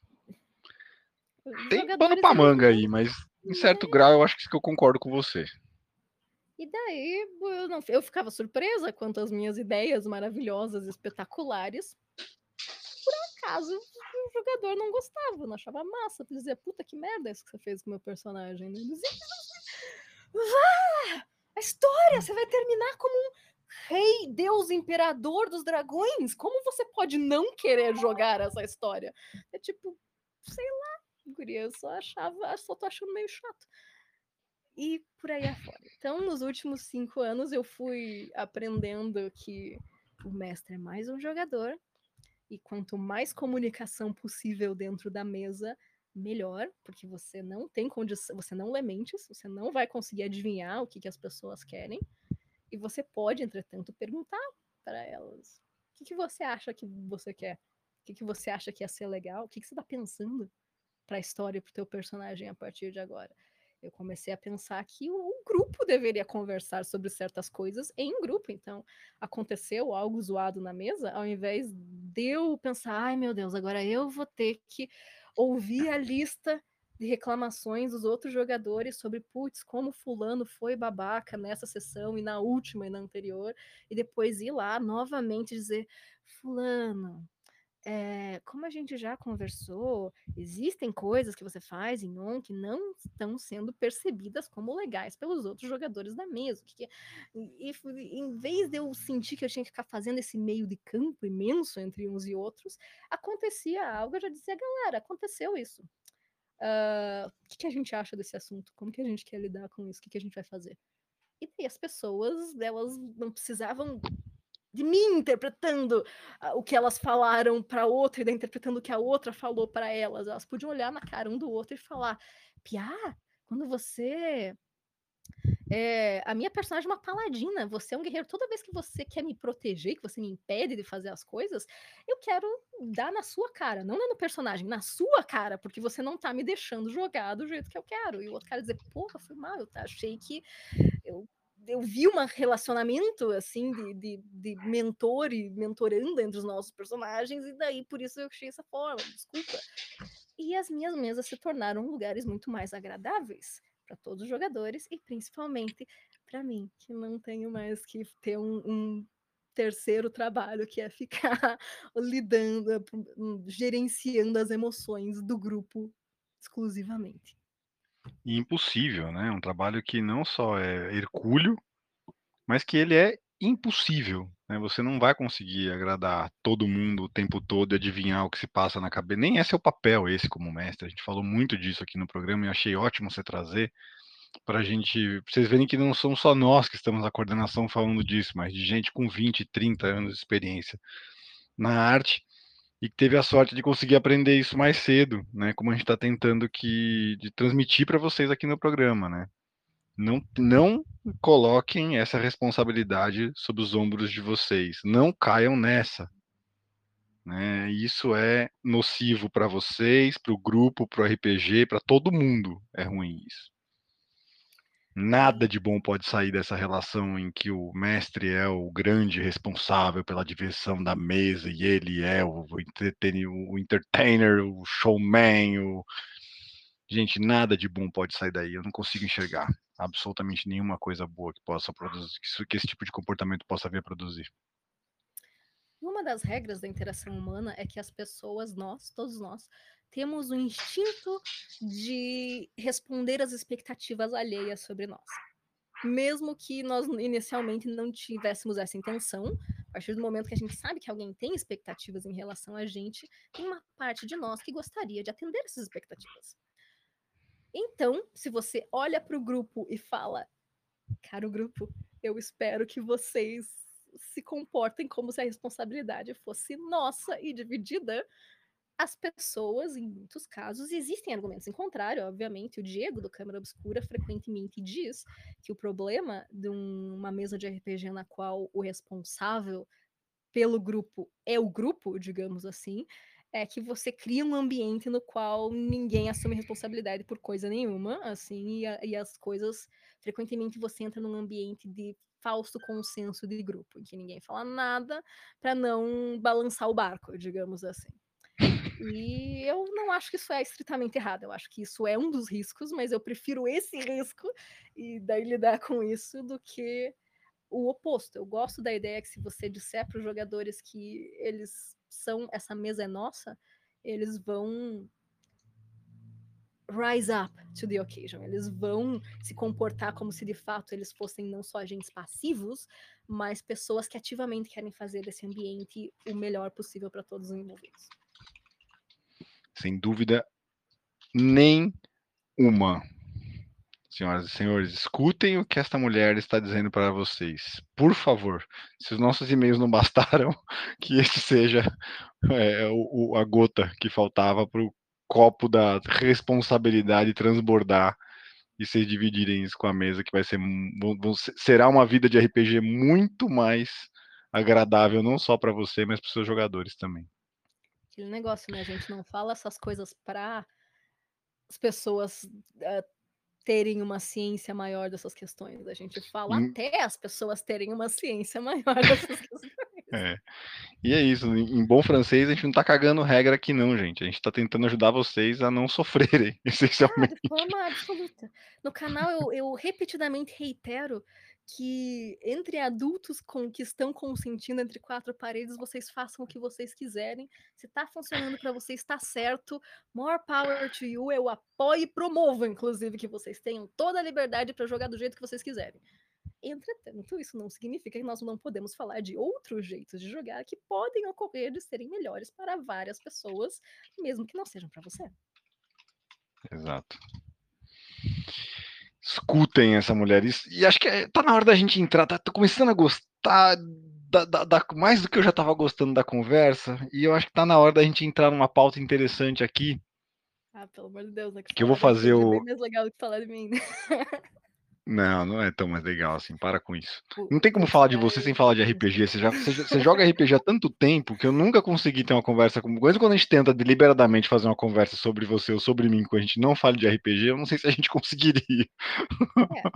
Tem pano jogadores pra manga iam, aí, mas em certo né? grau eu acho que eu concordo com você. E daí eu, não, eu ficava surpresa quanto às minhas ideias maravilhosas, espetaculares. Por acaso o jogador não gostava, não achava massa. Dizia, puta que merda isso que você fez com o meu personagem. Né? Dizia, vá! A história, você vai terminar como um rei, deus, imperador dos dragões. Como você pode não querer jogar essa história? É tipo, sei lá, guria, eu só achava, só tô achando meio chato. E por aí afora. Então, nos últimos cinco anos, eu fui aprendendo que o mestre é mais um jogador, e quanto mais comunicação possível dentro da mesa, melhor, porque você não tem condição, você não lê mentes, você não vai conseguir adivinhar o que, que as pessoas querem, e você pode, entretanto, perguntar para elas: o que, que você acha que você quer? O que, que você acha que ia ser legal? O que, que você está pensando para a história, para o teu personagem a partir de agora? Eu comecei a pensar que o grupo deveria conversar sobre certas coisas em grupo. Então, aconteceu algo zoado na mesa, ao invés de eu pensar, ai meu Deus, agora eu vou ter que ouvir a lista de reclamações dos outros jogadores sobre, putz, como fulano foi babaca nessa sessão e na última e na anterior, e depois ir lá novamente dizer, fulano, É, como a gente já conversou, existem coisas que você faz em on que não estão sendo percebidas como legais pelos outros jogadores da mesa. Que que é- e, e- em vez de eu sentir que eu tinha que ficar fazendo esse meio de campo imenso entre uns e outros, acontecia algo, eu já dizia, galera, aconteceu isso. Ah, o que, que a gente acha desse assunto? Como que a gente quer lidar com isso? O que, que a gente vai fazer? E daí as pessoas, elas não precisavam de mim interpretando ah, o que elas falaram para outra e daí interpretando o que a outra falou para elas. Elas podiam olhar na cara um do outro e falar: Piá, quando você. É, a minha personagem é uma paladina, você é um guerreiro. Toda vez que você quer me proteger, que você me impede de fazer as coisas, eu quero dar na sua cara, não no personagem, na sua cara, porque você não tá me deixando jogar do jeito que eu quero. E o outro cara dizer, porra, foi mal, eu achei que eu, eu vi um relacionamento assim de, de, de mentor e mentoranda entre os nossos personagens, e daí por isso eu achei essa forma, desculpa. E as minhas mesas se tornaram lugares muito mais agradáveis para todos os jogadores e principalmente para mim, que não tenho mais que ter um, um terceiro trabalho, que é ficar lidando, gerenciando as emoções do grupo exclusivamente. E impossível, né? Um trabalho que não só é hercúleo, mas que ele é impossível, né? Você não vai conseguir agradar todo mundo o tempo todo e adivinhar o que se passa na cabeça. Nem é seu papel esse como mestre. A gente falou muito disso aqui no programa e eu achei ótimo você trazer para a gente, pra vocês verem que não somos só nós que estamos na coordenação falando disso, mas de gente com vinte, trinta anos de experiência na arte e que teve a sorte de conseguir aprender isso mais cedo, né? Como a gente está tentando que de transmitir para vocês aqui no programa, né? Não, não coloquem essa responsabilidade sobre os ombros de vocês. Não caiam nessa. Né? Isso é nocivo para vocês, para o grupo, para o R P G, para todo mundo. É ruim isso. Nada E de bom pode sair dessa relação em que o mestre é o grande responsável pela diversão da mesa e ele é o, entertain, o entertainer, o showman. O... Gente, nada de bom pode sair daí. Eu não consigo enxergar absolutamente nenhuma coisa boa que possa produzir, que, que esse tipo de comportamento possa vir a produzir. uma das regras da interação humana é que as pessoas, nós, todos nós, temos o instinto de responder às expectativas alheias sobre nós. Mesmo que nós inicialmente não tivéssemos essa intenção, a partir do momento que a gente sabe que alguém tem expectativas em relação a gente, tem uma parte de nós que gostaria de atender essas expectativas. Então, se você olha para o grupo e fala, caro grupo, eu espero que vocês se comportem como se a responsabilidade fosse nossa e dividida, as pessoas, em muitos casos, existem argumentos em contrário, obviamente. O Diego, do Câmara Obscura, frequentemente diz que o problema de um, uma mesa de R P G na qual o responsável pelo grupo é o grupo, digamos assim, é que você cria um ambiente no qual ninguém assume responsabilidade por coisa nenhuma, assim, e, a, e as coisas, frequentemente você entra num ambiente de falso consenso de grupo, em que ninguém fala nada para não balançar o barco, digamos assim. E eu não acho que isso é estritamente errado, eu acho que isso é um dos riscos, mas eu prefiro esse risco e daí lidar com isso do que o oposto. Eu gosto da ideia que se você disser para os jogadores que eles são, essa mesa é nossa, eles vão rise up to the occasion. Eles vão se comportar como se de fato eles fossem não só agentes passivos, mas pessoas que ativamente querem fazer desse ambiente o melhor possível para todos os envolvidos. Sem dúvida nem uma. Senhoras e senhores, escutem o que esta mulher está dizendo para vocês. Por favor, se os nossos e-mails não bastaram, que este seja é, o, a gota que faltava para o copo da responsabilidade transbordar e vocês dividirem isso com a mesa, que vai ser será uma vida de R P G muito mais agradável, não só para você, mas para os seus jogadores também. Aquele negócio, né? A gente não fala essas coisas para as pessoas uh, terem uma ciência maior dessas questões. A gente fala Em, até as pessoas terem uma ciência maior dessas questões. É. E é isso, em bom francês a gente não tá cagando regra aqui não, gente. A gente tá tentando ajudar vocês a não sofrerem, Ah, essencialmente. de forma absoluta. No canal eu eu repetidamente reitero que entre adultos com que estão consentindo entre quatro paredes, vocês façam o que vocês quiserem. Se tá funcionando pra vocês, tá certo. More power to you, eu apoio e promovo, inclusive, que vocês tenham toda a liberdade pra jogar do jeito que vocês quiserem. Entretanto, isso não significa que nós não podemos falar de outros jeitos de jogar que podem ocorrer de serem melhores para várias pessoas, mesmo que não sejam pra você. Exato. Escutem essa mulher. Isso, e acho que é, tá na hora da gente entrar. Tá, tô começando a gostar da, da, da- mais do que eu já tava gostando da conversa. E eu acho que tá na hora da gente entrar numa pauta interessante aqui. Ah, pelo amor de Deus, né? Que Que eu vou falar de fazer R P G é bem o. mais legal do que falar de mim. Né? Não, não é tão mais legal assim. Para com isso. Não tem como Putz, falar de você sem vai. falar de R P G. Você, já, você, você joga R P G há tanto tempo que eu nunca consegui ter uma conversa com. Mesmo quando a gente tenta deliberadamente fazer uma conversa sobre você ou sobre mim, quando a gente não fala de R P G, eu não sei se a gente conseguiria. É,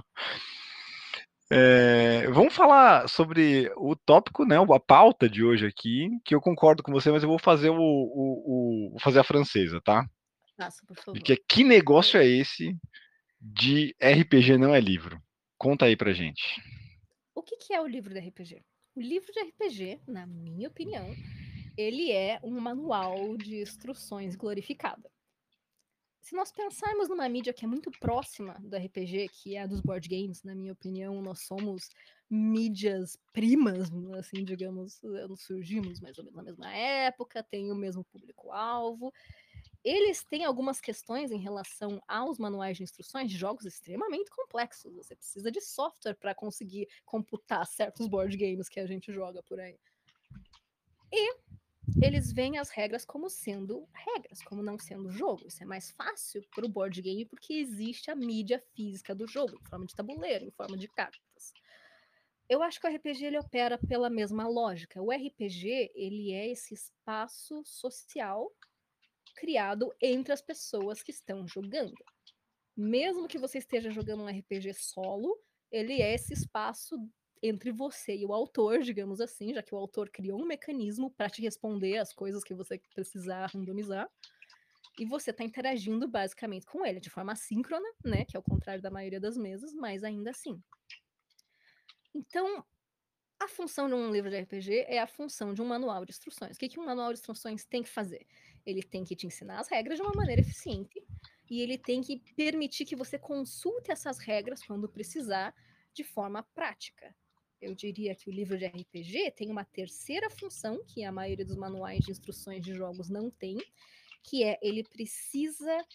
É, vamos falar sobre o tópico, né? A pauta de hoje aqui, que eu concordo com você, mas eu vou fazer o, o- o- vou fazer a francesa, tá? faça, por E favor. que é, que negócio é esse de R P G não é livro? Conta aí pra gente. O que que é o livro de R P G? O livro de R P G, na minha opinião, ele é um manual de instruções glorificada. Se nós pensarmos numa mídia que é muito próxima do R P G, que é a dos board games, na minha opinião, nós somos mídias primas, assim, digamos, surgimos mais ou menos na mesma época, tem o mesmo público-alvo. Eles têm algumas questões em relação aos manuais de instruções de jogos extremamente complexos. Você precisa de software para conseguir computar certos board games que a gente joga por aí. E eles veem as regras como sendo regras, como não sendo jogo. Isso é mais fácil para o board game porque existe a mídia física do jogo, em forma de tabuleiro, em forma de cartas. Eu acho que o R P G ele opera pela mesma lógica. O R P G ele é esse espaço social criado entre as pessoas que estão jogando. Mesmo que você esteja jogando um R P G solo, ele é esse espaço entre você e o autor, digamos assim, já que o autor criou um mecanismo para te responder as coisas que você precisar randomizar. E você está interagindo basicamente com ele de forma assíncrona, né? Que é o contrário da maioria das mesas, mas ainda assim. Então, a função de um livro de R P G é a função de um manual de instruções. O que, que um manual de instruções tem que fazer? Ele tem que te ensinar as regras de uma maneira eficiente e ele tem que permitir que você consulte essas regras quando precisar de forma prática. Eu diria que o livro de R P G tem uma terceira função que a maioria dos manuais de instruções de jogos não tem, que é ele precisa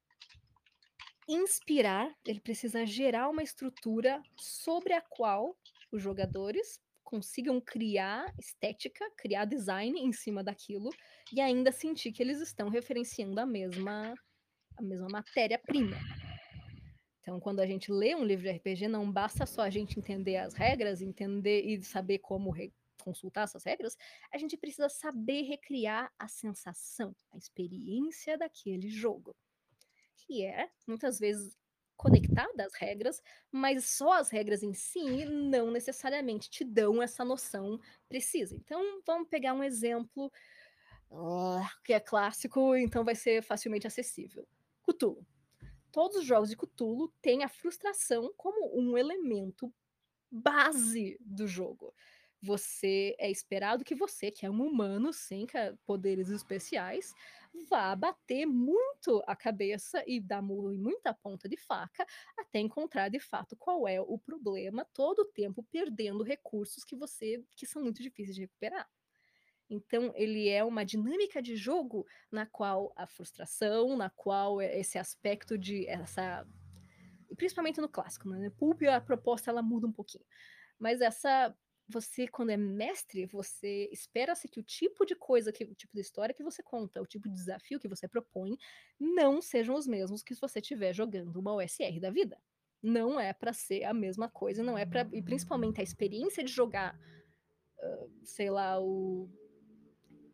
inspirar, ele precisa gerar uma estrutura sobre a qual os jogadores consigam criar estética, criar design em cima daquilo e ainda sentir que eles estão referenciando a mesma a mesma matéria-prima. Então, quando a gente lê um livro de R P G, não basta só a gente entender as regras, entender e saber como re- consultar essas regras, a gente precisa saber recriar a sensação, a experiência daquele jogo, que é muitas vezes conectada às regras, mas só as regras em si não necessariamente te dão essa noção precisa. Então, vamos pegar um exemplo ah, que é clássico, então vai ser facilmente acessível. Cthulhu. Todos os jogos de Cthulhu têm a frustração como um elemento base do jogo. Você é esperado que você, que é um humano sem poderes especiais, vá bater muito a cabeça e dar muita ponta de faca até encontrar de fato qual é o problema, todo o tempo perdendo recursos que você que são muito difíceis de recuperar. Então, ele é uma dinâmica de jogo na qual a frustração, na qual esse aspecto de essa, principalmente no clássico, né? Pulp, a proposta ela muda um pouquinho. Mas essa você quando é mestre, você espera-se que o tipo de coisa, que o tipo de história que você conta, o tipo de desafio que você propõe, não sejam os mesmos que se você estiver jogando uma O S R da vida. Não é para ser a mesma coisa, não é para e principalmente a experiência de jogar, uh, sei lá, o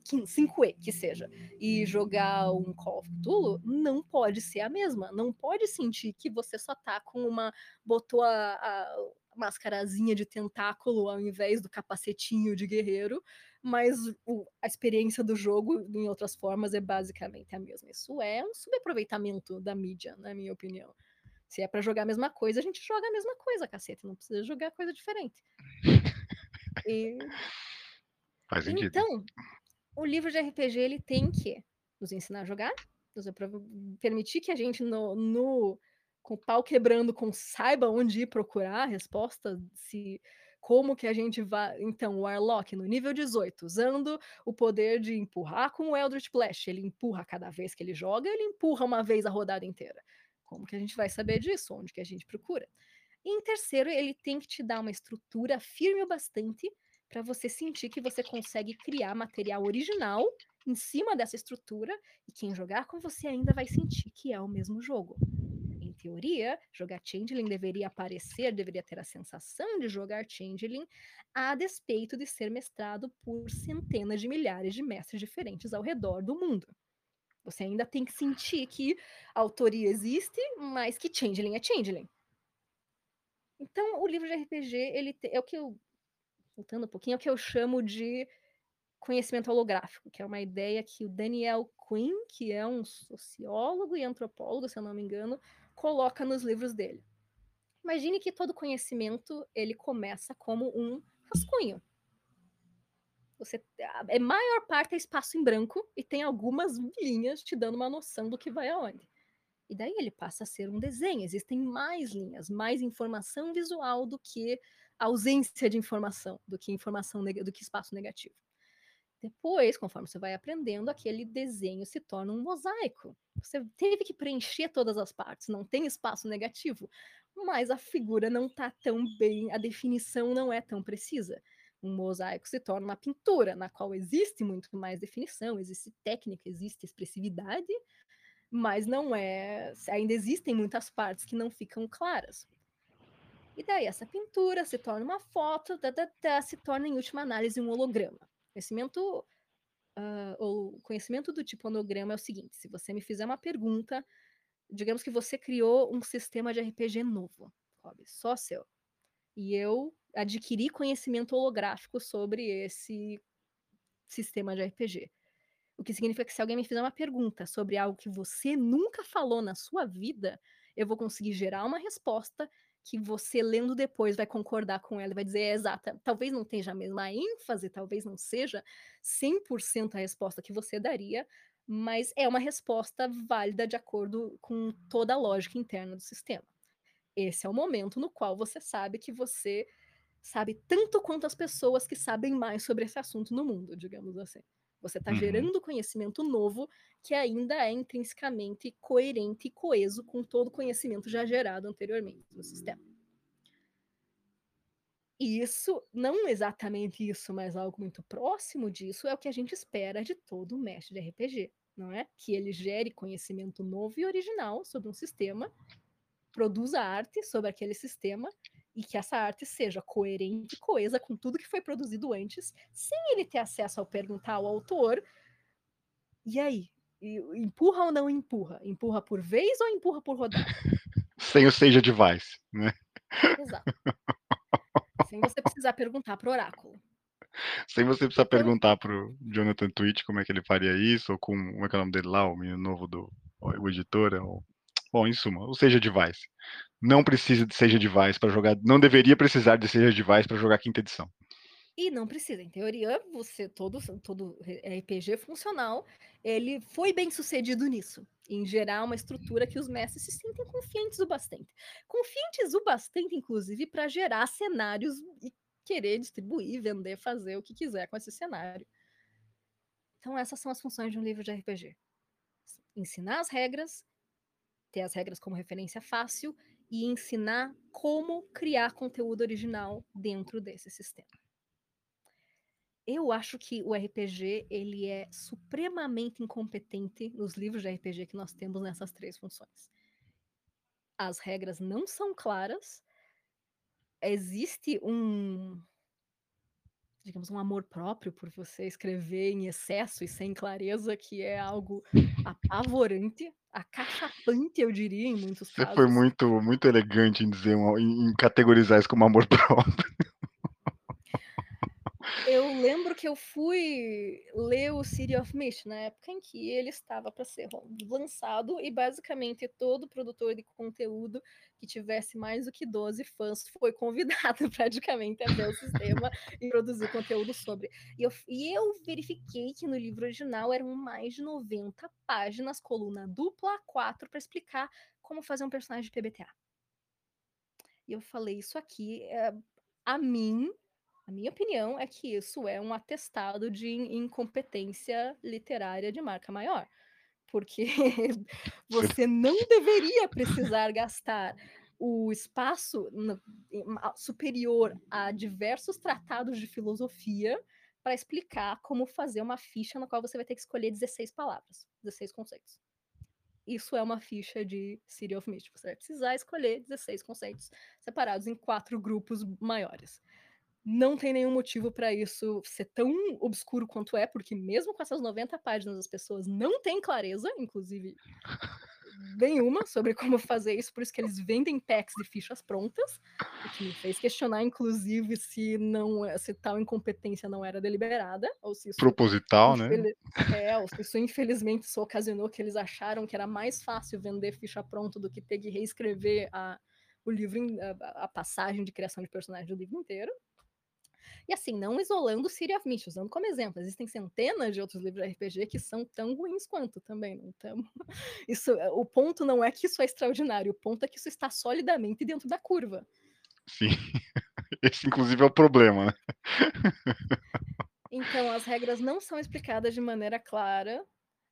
cinco E, que seja, e jogar um Call of Cthulhu, não pode ser a mesma. Não pode sentir que você só tá com uma... botou a, a mascarazinha de tentáculo ao invés do capacetinho de guerreiro, mas o, a experiência do jogo, em outras formas, é basicamente a mesma. Isso é um subaproveitamento da mídia, na minha opinião. Se é pra jogar a mesma coisa, a gente joga a mesma coisa, cacete. Não precisa jogar coisa diferente. E... Faz sentido. Então, o livro de R P G, ele tem que nos ensinar a jogar, nos permitir que a gente, no, no, com o pau quebrando, com, saiba onde ir procurar a resposta, se, como que a gente vai... Então, o Warlock, no nível dezoito, usando o poder de empurrar com o Eldritch Blast, ele empurra cada vez que ele joga, ele empurra uma vez a rodada inteira. Como que a gente vai saber disso? Onde que a gente procura? E em terceiro, ele tem que te dar uma estrutura firme o bastante para você sentir que você consegue criar material original em cima dessa estrutura, e quem jogar com você ainda vai sentir que é o mesmo jogo. Em teoria, jogar Changeling deveria parecer, deveria ter a sensação de jogar Changeling, a despeito de ser mestrado por centenas de milhares de mestres diferentes ao redor do mundo. Você ainda tem que sentir que a autoria existe, mas que Changeling é Changeling. Então, o livro de R P G, ele te, é o que eu, voltando um pouquinho, é o que eu chamo de conhecimento holográfico, que é uma ideia que o Daniel Quinn, que é um sociólogo e antropólogo, se eu não me engano, coloca nos livros dele. Imagine que todo conhecimento, ele começa como um rascunho. Você, a maior parte é espaço em branco e tem algumas linhas te dando uma noção do que vai aonde. E daí ele passa a ser um desenho. Existem mais linhas, mais informação visual do que ausência de informação, do que informação do que espaço negativo. Depois, conforme você vai aprendendo, aquele desenho se torna um mosaico. Você teve que preencher todas as partes, não tem espaço negativo, mas a figura não está tão bem, a definição não é tão precisa. Um mosaico se torna uma pintura, na qual existe muito mais definição, existe técnica, existe expressividade, mas não é. Ainda existem muitas partes que não ficam claras. E daí essa pintura se torna uma foto, tá, tá, tá, se torna em última análise um holograma. Conhecimento, uh, ou conhecimento do tipo holograma é o seguinte: se você me fizer uma pergunta, digamos que você criou um sistema de R P G novo, Rob, só seu, e eu adquiri conhecimento holográfico sobre esse sistema de R P G. O que significa que se alguém me fizer uma pergunta sobre algo que você nunca falou na sua vida, eu vou conseguir gerar uma resposta que você, lendo depois, vai concordar com ela e vai dizer é exata. Talvez não tenha a mesma ênfase, talvez não seja cem por cento a resposta que você daria, mas é uma resposta válida de acordo com toda a lógica interna do sistema. Esse é o momento no qual você sabe que você sabe tanto quanto as pessoas que sabem mais sobre esse assunto no mundo, digamos assim. Você está uhum. gerando conhecimento novo que ainda é intrinsecamente coerente e coeso com todo o conhecimento já gerado anteriormente no sistema. E isso, não exatamente isso, mas algo muito próximo disso, é o que a gente espera de todo mestre de R P G, não é? Que ele gere conhecimento novo e original sobre um sistema, produza arte sobre aquele sistema, e que essa arte seja coerente e coesa com tudo que foi produzido antes, sem ele ter acesso ao perguntar ao autor, e aí? Empurra ou não empurra? Empurra por vez ou empurra por rodada? Sem o Seja Device, né? Exato. Sem você precisar perguntar pro oráculo. Sem você precisar então... perguntar pro Jonathan Twitch como é que ele faria isso, ou com, como é que é o nome dele lá, o menino novo do o editora, ou... Bom, em suma, o Seja Device. Não precisa de Seja Device para jogar, não deveria precisar de Seja Device para jogar quinta edição. E não precisa, em teoria, você todo, todo R P G funcional, ele foi bem sucedido nisso, em gerar uma estrutura que os mestres se sentem confiantes o bastante. Confiantes o bastante, inclusive, para gerar cenários e querer distribuir, vender, fazer o que quiser com esse cenário. Então essas são as funções de um livro de R P G. Ensinar as regras, ter as regras como referência fácil e ensinar como criar conteúdo original dentro desse sistema. Eu acho que o R P G ele é supremamente incompetente nos livros de R P G que nós temos nessas três funções. As regras não são claras, existe um... digamos, um amor próprio por você escrever em excesso e sem clareza, que é algo apavorante, acachapante, eu diria, em muitos Você foi casos. muito muito elegante em dizer um em em categorizar isso como amor próprio. Eu lembro que eu fui ler o City of Mist na época em que ele estava para ser ron lançado e basicamente todo produtor de conteúdo que tivesse mais do que doze fãs foi convidado praticamente a ver o sistema e produzir conteúdo sobre. E eu f e eu verifiquei que no livro original eram mais de noventa páginas, coluna dupla A quatro, para explicar como fazer um personagem de P B T A. E eu falei: "Isso aqui, eh, a mim a minha opinião é que isso é um atestado de in incompetência literária de marca maior, porque Você você não deveria precisar gastar o espaço no em a superior a diversos tratados de filosofia para explicar como fazer uma ficha na qual você vai ter que escolher dezesseis palavras, dezesseis conceitos. Isso é uma ficha de City of Mist, você vai precisar escolher dezesseis conceitos separados em quatro grupos maiores. Não tem nenhum motivo para isso ser tão obscuro quanto é, porque mesmo com essas noventa páginas as pessoas não têm clareza, inclusive nenhuma, sobre como fazer isso, por isso que eles vendem packs de fichas prontas, o que me fez questionar inclusive se não é se tal incompetência não era deliberada, ou se isso proposital, né. infeli é, ou se isso infelizmente só ocasionou que eles acharam que era mais fácil vender ficha pronta do que ter que reescrever a o livro in a a passagem de criação de personagem do livro inteiro. E assim, não isolando City of Mist, usando como exemplo, existem centenas de outros livros de R P G que são tão ruins quanto também, não estamos isso o ponto não é que isso é extraordinário, o ponto é que isso está solidamente dentro da curva. Sim, esse inclusive é o problema, né. Então as regras não são explicadas de maneira clara.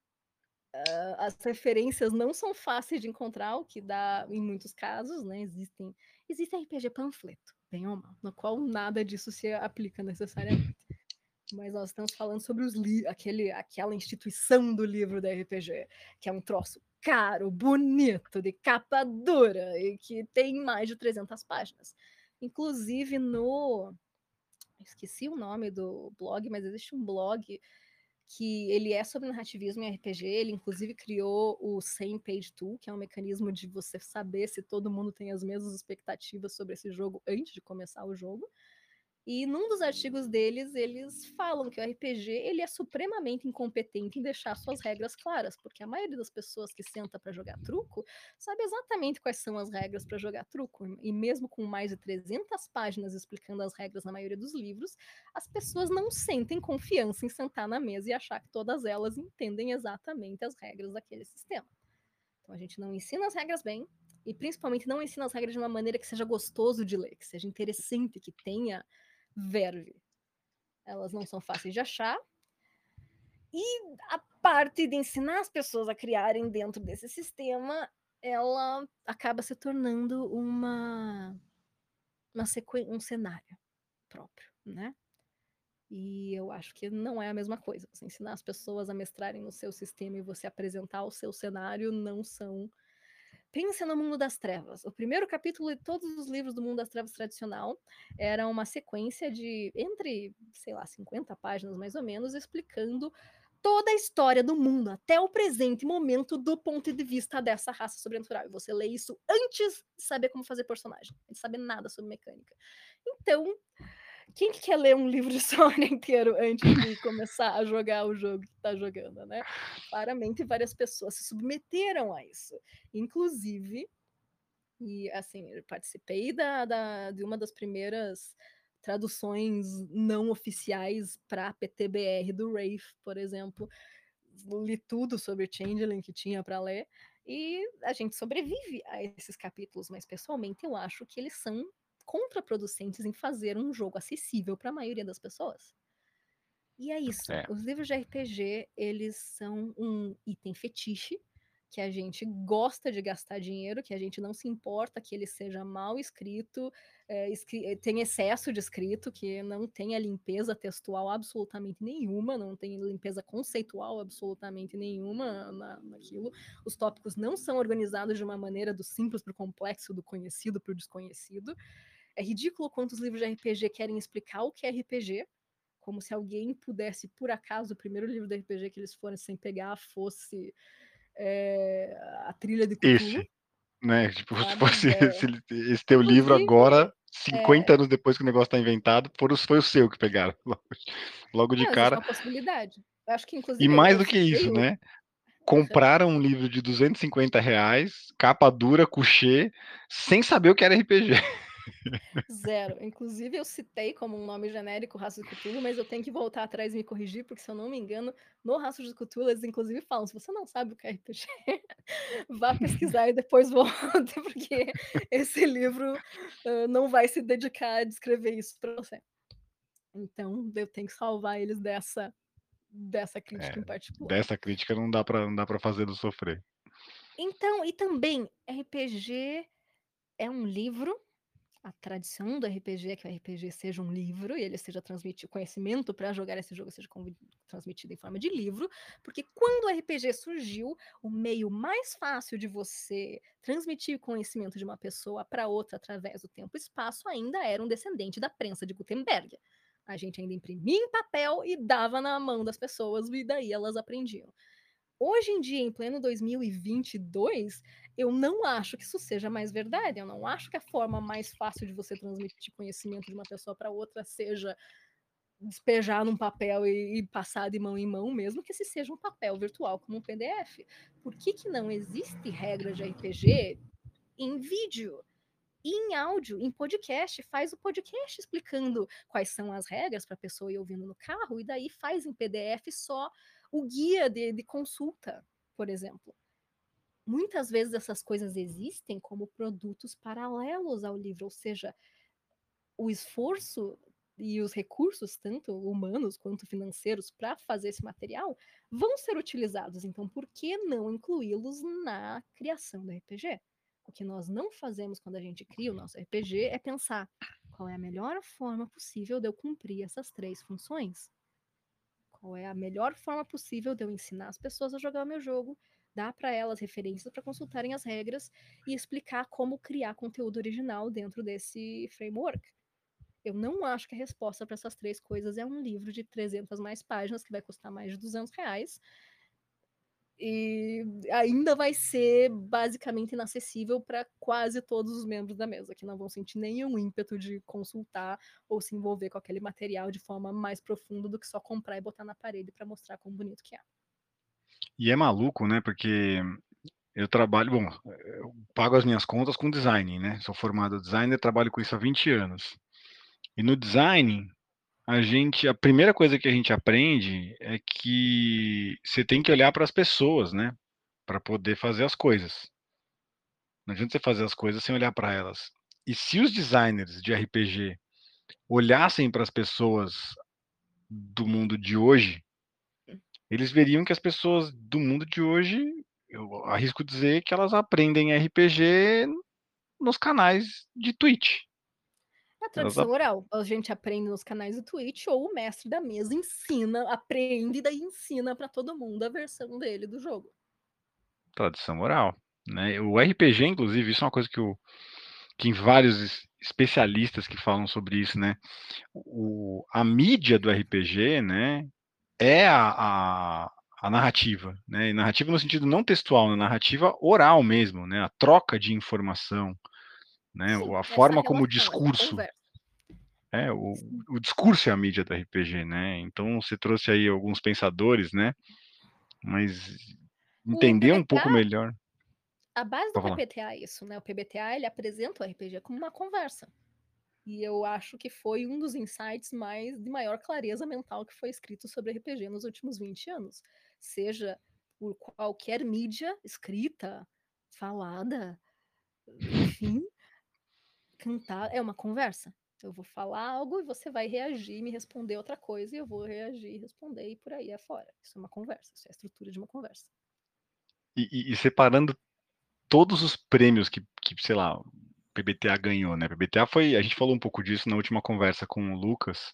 Hã, as referências não são fáceis de encontrar, o que dá em muitos casos, né, existem existe R P G panfleto, bem ou mal, no qual nada disso se aplica necessariamente. Mas nós estamos falando sobre os li aquele aquela instituição do livro da R P G, que é um troço caro, bonito, de capa dura e que tem mais de trezentas páginas. Inclusive no esqueci o nome do blog, mas existe um blog que ele é sobre narrativismo em R P G, ele inclusive criou o Same Page Tool, que é um mecanismo de você saber se todo mundo tem as mesmas expectativas sobre esse jogo antes de começar o jogo. E num dos artigos deles, eles falam que o R P G ele é supremamente incompetente em deixar suas regras claras, porque a maioria das pessoas que senta para jogar truco sabe exatamente quais são as regras para jogar truco, e mesmo com mais de trezentas páginas explicando as regras na maioria dos livros, as pessoas não sentem confiança em sentar na mesa e achar que todas elas entendem exatamente as regras daquele sistema. Então a gente não ensina as regras bem, e principalmente não ensina as regras de uma maneira que seja gostoso de ler, que seja interessante, que tenha verve. Elas não são fáceis de achar. E a parte de ensinar as pessoas a criarem dentro desse sistema, ela acaba se tornando uma uma sequen um cenário próprio, né. E eu acho que não é a mesma coisa, você ensinar as pessoas a mestrarem no seu sistema e você apresentar o seu cenário não são pensa no Mundo das Trevas, o primeiro capítulo de todos os livros do Mundo das Trevas tradicional, era uma sequência de entre, sei lá, cinquenta páginas mais ou menos, explicando toda a história do mundo, até o presente momento, do ponto de vista dessa raça sobrenatural, e você lê isso antes de saber como fazer personagem, de saber nada sobre mecânica. Então, quem que quer ler um livro de história inteiro antes de começar a jogar o jogo que tá jogando, né. Claramente várias pessoas se submeteram a isso, inclusive e assim, eu participei da da de uma das primeiras traduções não oficiais pra P T B R do Wraith, por exemplo, li tudo sobre Changeling que tinha pra ler, e a gente sobrevive a esses capítulos, mas pessoalmente eu acho que eles são contraproducentes em fazer um jogo acessível pra maioria das pessoas. E é isso, É. os livros de R P G, eles são um item fetiche, que a gente gosta de gastar dinheiro, que a gente não se importa que ele seja mal escrito, eh, escri tem excesso de escrito, que não tenha limpeza textual absolutamente nenhuma, não tem limpeza conceitual absolutamente nenhuma na naquilo. Os tópicos não são organizados de uma maneira do simples para o complexo, do conhecido para o desconhecido. É ridículo quanto os livros de R P G querem explicar o que é R P G, Como se alguém pudesse, por acaso, o primeiro livro do R P G que eles foram sem pegar fosse é, a trilha de Cthulhu. Esse, né? Tipo, se Sabe? fosse É, esse, esse teu livro inclusive, agora, cinquenta é, anos depois que o negócio tá inventado, foi o, foi o seu que pegaram. Logo, logo de não, existe cara. uma possibilidade. Eu acho que, E inclusive, eu, mais eu do que citei isso, o. né? Aham. Compraram um livro de duzentos e cinquenta reais, capa dura, couchê, sem saber o que era R P G. Zero. Inclusive, eu citei como um nome genérico Raços de Cthulhu, mas eu tenho que voltar atrás e me corrigir, porque se eu não me engano, no Raços de Cthulhu eles inclusive falam: se você não sabe o que é R P G, vá pesquisar e depois volte, porque esse livro uh, não vai se dedicar a descrever isso para você. Então, eu tenho que salvar eles dessa, dessa crítica É, em particular. dessa crítica não dá pra, não dá pra fazer do sofrer. Então, e também, R P G é um livro. A tradição do R P G é que o R P G seja um livro e ele seja transmitido, conhecimento para jogar esse jogo seja transmitido em forma de livro, porque quando o R P G surgiu, o meio mais fácil de você transmitir conhecimento de uma pessoa para outra através do tempo e espaço ainda era um descendente da prensa de Gutenberg. A gente ainda imprimia em papel e dava na mão das pessoas e daí elas aprendiam. Hoje em dia, em pleno dois mil e vinte e dois, eu não acho que isso seja mais verdade. Eu não acho que a forma mais fácil de você transmitir conhecimento de uma pessoa para outra seja despejar num papel e, e passar de mão em mão, mesmo que esse seja um papel virtual como um P D F. Por que, que não existe regra de R P G em vídeo? E em áudio, em podcast, faz o podcast explicando quais são as regras para a pessoa ir ouvindo no carro, e daí faz em P D F só o guia de, de consulta, por exemplo. Muitas vezes essas coisas existem como produtos paralelos ao livro, ou seja, o esforço e os recursos, tanto humanos quanto financeiros, para fazer esse material vão ser utilizados. Então, por que não incluí-los na criação do R P G? O que nós não fazemos quando a gente cria o nosso R P G é pensar qual é a melhor forma possível de eu cumprir essas três funções. Qual é a melhor forma possível de eu ensinar as pessoas a jogar o meu jogo, dar para elas referências para consultarem as regras e explicar como criar conteúdo original dentro desse framework. Eu não acho que a resposta para essas três coisas é um livro de trezentas mais páginas que vai custar mais de duzentos reais e ainda vai ser basicamente inacessível para quase todos os membros da mesa, que não vão sentir nenhum ímpeto de consultar ou se envolver com aquele material de forma mais profunda do que só comprar e botar na parede para mostrar quão bonito que é. E é maluco, né? Porque eu trabalho, bom, eu pago as minhas contas com design, né? Sou formado em designer, trabalho com isso há vinte anos. E no design, a gente, a primeira coisa que a gente aprende é que você tem que olhar para as pessoas, né? Para poder fazer as coisas. Não adianta você fazer as coisas sem olhar para elas. E se os designers de R P G olhassem para as pessoas do mundo de hoje, eles veriam que as pessoas do mundo de hoje, eu arrisco dizer que elas aprendem R P G nos canais de Twitch. É a Elas tradição oral. A gente aprende nos canais do Twitch ou o mestre da mesa ensina, aprende e daí ensina para todo mundo a versão dele do jogo. tradição oral, né? O R P G, inclusive, isso é uma coisa que, eu, que em vários especialistas que falam sobre isso, né? O, a mídia do R P G, né? É a, a, a narrativa, né? E narrativa no sentido não textual, né? Narrativa oral mesmo, né? A troca de informação, né? Sim, A essa forma como o relação, essa discurso, conversa. é, o, Sim. o discurso é a mídia do R P G, né? Então você trouxe aí alguns pensadores, né? Mas O entender um pouco P B T A, melhor. a base do Pode falar. P B T A é isso, né? O P B T A ele apresenta o R P G como uma conversa. E eu acho que foi um dos insights mais de maior clareza mental que foi escrito sobre R P G nos últimos vinte anos. Seja por qualquer mídia escrita, falada, enfim, cantar é uma conversa. Eu vou falar algo e você vai reagir, me responder outra coisa, e eu vou reagir, responder e por aí afora. Isso é uma conversa, isso é a estrutura de uma conversa. E, e, e separando todos os prêmios que, que, sei lá, o P B T A ganhou, né? P B T A foi, a gente falou um pouco disso na última conversa com o Lucas.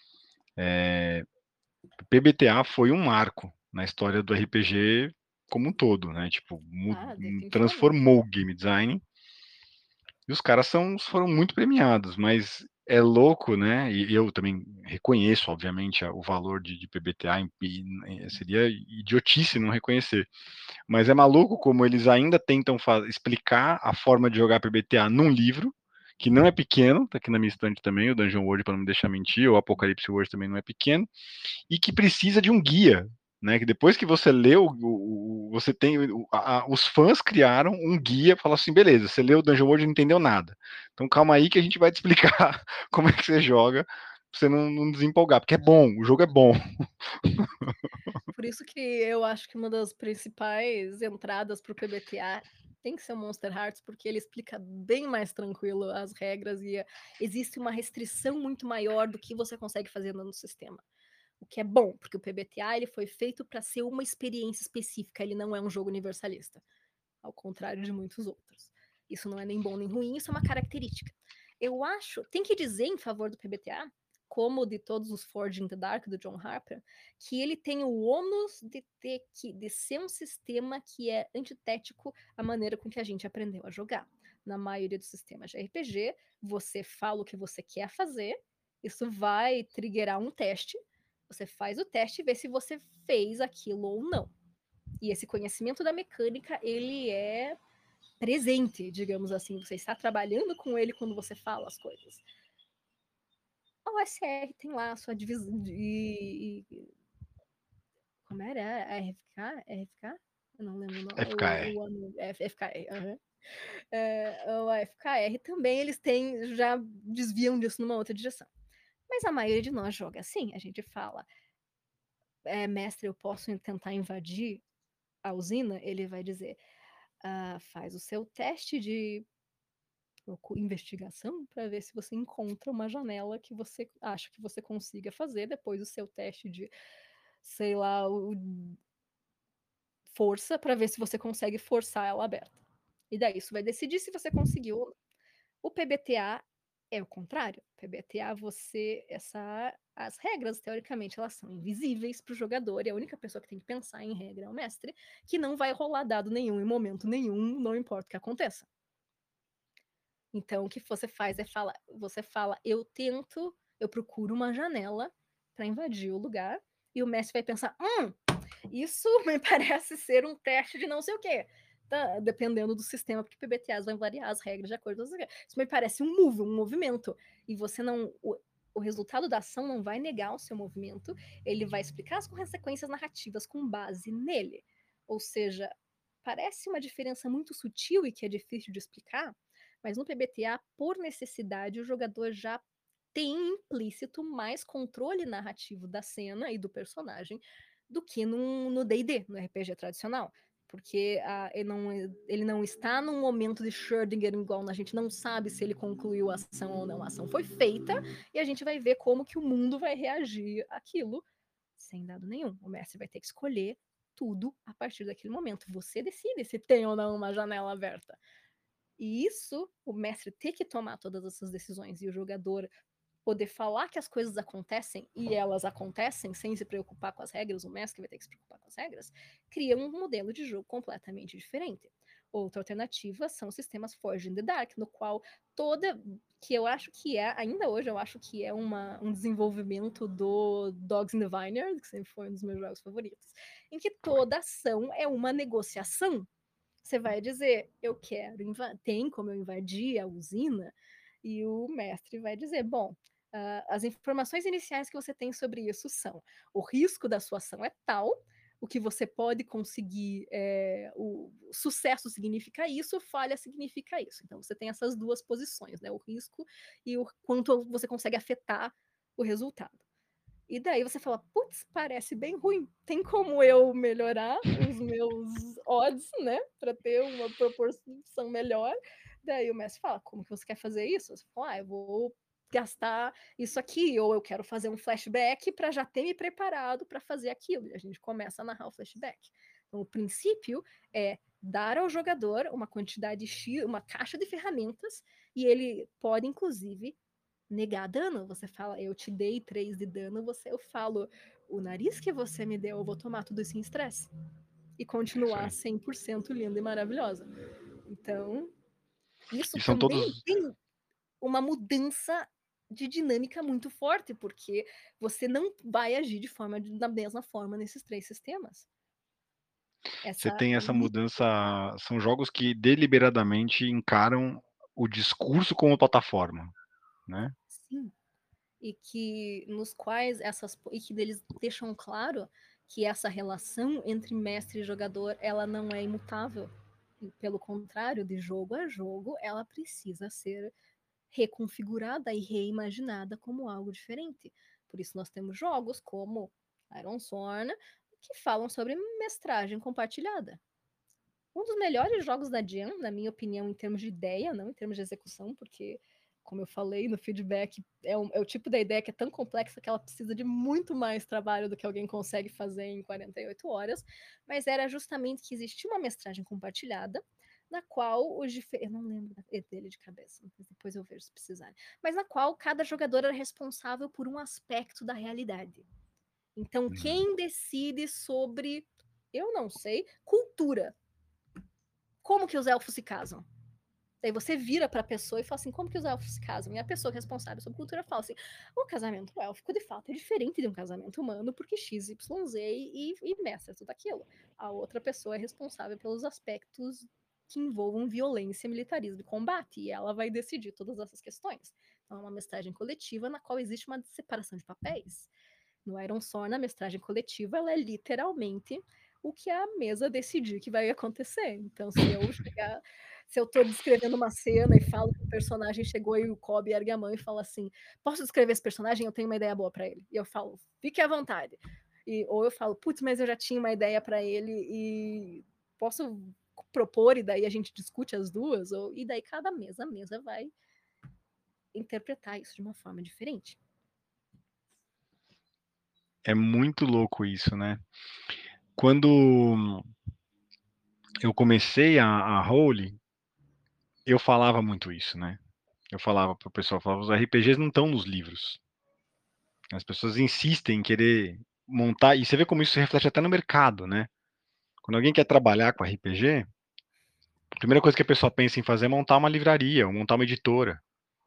É, P B T A foi um marco na história do R P G como um todo, né? Tipo, Ah, definitivamente. transformou o game design. E os caras são, foram muito premiados, mas é louco, né? E eu também reconheço, obviamente, o valor de, de P B T A, e, e seria idiotice não reconhecer. Mas é maluco como eles ainda tentam explicar a forma de jogar P B T A num livro, que não é pequeno, tá aqui na minha estante também, o Dungeon World, para não me deixar mentir, o Apocalipse World também não é pequeno, e que precisa de um guia, né? Que depois que você leu, o, o, você tem. O, a, os fãs criaram um guia, falaram assim: beleza, você leu o Dungeon World e não entendeu nada. Então calma aí que a gente vai te explicar como é que você joga, pra você não, não desempolgar, porque é bom, o jogo é bom. Por isso que eu acho que uma das principais entradas para o P B T A tem que ser o Monster Hearts, porque ele explica bem mais tranquilo as regras e existe uma restrição muito maior do que você consegue fazer no sistema. O que é bom, porque o P B T A ele foi feito para ser uma experiência específica, ele não é um jogo universalista, ao contrário de muitos outros. Isso não é nem bom nem ruim, isso é uma característica. Eu acho, tem que dizer em favor do P B T A, como de todos os Forged in the Dark do John Harper, que ele tem o ônus de ter que de ser um sistema que é antitético à maneira com que a gente aprendeu a jogar. Na maioria dos sistemas de R P G, você fala o que você quer fazer, isso vai triggerar um teste, você faz o teste e vê se você fez aquilo ou não. E esse conhecimento da mecânica, ele é presente, digamos assim. Você está trabalhando com ele quando você fala as coisas. A O S R tem lá a sua divisão de... Como era? A R F K? R F K? Eu não lembro não. F K R. O, o, F K R. Uhum. É, o F K R também, eles têm, já desviam disso numa outra direção. Mas a maioria de nós joga assim. A gente fala, é, mestre, eu posso tentar invadir a usina? Ele vai dizer, ah, faz o seu teste de investigação para ver se você encontra uma janela que você acha que você consiga fazer depois do seu teste de, sei lá, o, força para ver se você consegue forçar ela aberta. E daí isso vai decidir se você conseguiu ou não. O P B T A é o contrário. O P B T A, você, essa, as regras, teoricamente, elas são invisíveis para o jogador, e a única pessoa que tem que pensar em regra é o mestre, que não vai rolar dado nenhum em momento nenhum, não importa o que aconteça. Então, o que você faz é fala, você fala, eu tento, eu procuro uma janela para invadir o lugar, e o mestre vai pensar, hum, isso me parece ser um teste de não sei o quê. Tá, dependendo do sistema, porque P B T As vai variar as regras de acordo com isso. Me parece um move, um movimento. E você não. O, o resultado da ação não vai negar o seu movimento, ele vai explicar as consequências narrativas com base nele. Ou seja, parece uma diferença muito sutil e que é difícil de explicar, mas no P B T A, por necessidade, o jogador já tem implícito mais controle narrativo da cena e do personagem do que num, no D e D, no R P G tradicional. Porque ah, ele, não, ele não está num momento de Schrödinger igual, a gente não sabe se ele concluiu a ação ou não. A ação foi feita e a gente vai ver como que o mundo vai reagir àquilo sem dado nenhum. O mestre vai ter que escolher tudo a partir daquele momento. Você decide se tem ou não uma janela aberta. E isso, o mestre ter que tomar todas essas decisões e o jogador poder falar que as coisas acontecem e elas acontecem sem se preocupar com as regras, o mestre vai ter que se preocupar com as regras, cria um modelo de jogo completamente diferente. Outra alternativa são sistemas Forged in the Dark, no qual toda, que eu acho que é, ainda hoje eu acho que é uma, um desenvolvimento do Dogs in the Vineyard, que sempre foi um dos meus jogos favoritos, em que toda ação é uma negociação. Você vai dizer, eu quero, tem como eu invadir a usina? E o mestre vai dizer, bom, Uh, as informações iniciais que você tem sobre isso são: o risco da sua ação é tal, o que você pode conseguir, é, o sucesso significa isso, falha significa isso. Então você tem essas duas posições, né? O risco e o quanto você consegue afetar o resultado. E daí você fala, putz, parece bem ruim. Tem como eu melhorar os meus odds, né? Para ter uma proporção melhor. Daí o mestre fala, como que você quer fazer isso? Você fala, ah, eu vou gastar isso aqui, ou eu quero fazer um flashback para já ter me preparado para fazer aquilo. E a gente começa a narrar o flashback. Então, o princípio é dar ao jogador uma quantidade X, uma caixa de ferramentas, e ele pode, inclusive, negar dano. Você fala, eu te dei três de dano, você, eu falo, o nariz que você me deu, eu vou tomar tudo isso em estresse. E continuar cem por cento linda e maravilhosa. Então, isso E são também todos. tem uma mudança de dinâmica muito forte, porque você não vai agir de forma da mesma forma nesses três sistemas. Você Essa tem essa li mudança são jogos que deliberadamente encaram o discurso como plataforma, né. Sim. E que nos quais essas e que eles deixam claro que essa relação entre mestre e jogador, ela não é imutável. Pelo contrário, de jogo a jogo, ela precisa ser reconfigurada e reimaginada como algo diferente. Por isso nós temos jogos como Ironsworn, que falam sobre mestragem compartilhada. Um dos melhores jogos da Jam, na minha opinião, em termos de ideia, não em termos de execução, porque, como eu falei no feedback, é o, é o tipo da ideia que é tão complexa que ela precisa de muito mais trabalho do que alguém consegue fazer em quarenta e oito horas, mas era justamente que existia uma mestragem compartilhada, na qual os diferentes. Eu não lembro dele de cabeça, mas depois eu vejo se precisar. Mas na qual cada jogador era responsável por um aspecto da realidade. Então, Uhum. quem decide sobre, eu não sei, cultura? Como que os elfos se casam? Daí você vira para a pessoa e fala assim, como que os elfos se casam? E a pessoa responsável sobre cultura fala assim, o casamento élfico de fato é diferente de um casamento humano porque X, Y, Z e, e mestra tudo aquilo. A outra pessoa é responsável pelos aspectos que envolvam violência, militarismo e combate, e ela vai decidir todas essas questões. Então é uma mestragem coletiva na qual existe uma separação de papéis. No Ironsworn, a mestragem coletiva ela é literalmente o que a mesa decidir que vai acontecer. Então, se eu chegar, se eu estou descrevendo uma cena e falo que o personagem chegou e o Cobb ergue a mão e fala assim: posso descrever esse personagem? Eu tenho uma ideia boa para ele. E eu falo, fique à vontade. E, ou eu falo, putz, mas eu já tinha uma ideia para ele e posso propor, e daí a gente discute as duas, ou, e daí cada mesa, a mesa vai interpretar isso de uma forma diferente. É muito louco isso, né. Quando eu comecei a a Role, eu falava muito isso, né. Eu falava para o pessoal, eu falava: "Os R P Gs não estão nos livros". As pessoas insistem em querer montar e você vê como isso se reflete até no mercado, né. Quando alguém quer trabalhar com R P G, a primeira coisa que a pessoa pensa em fazer é montar uma livraria ou montar uma editora,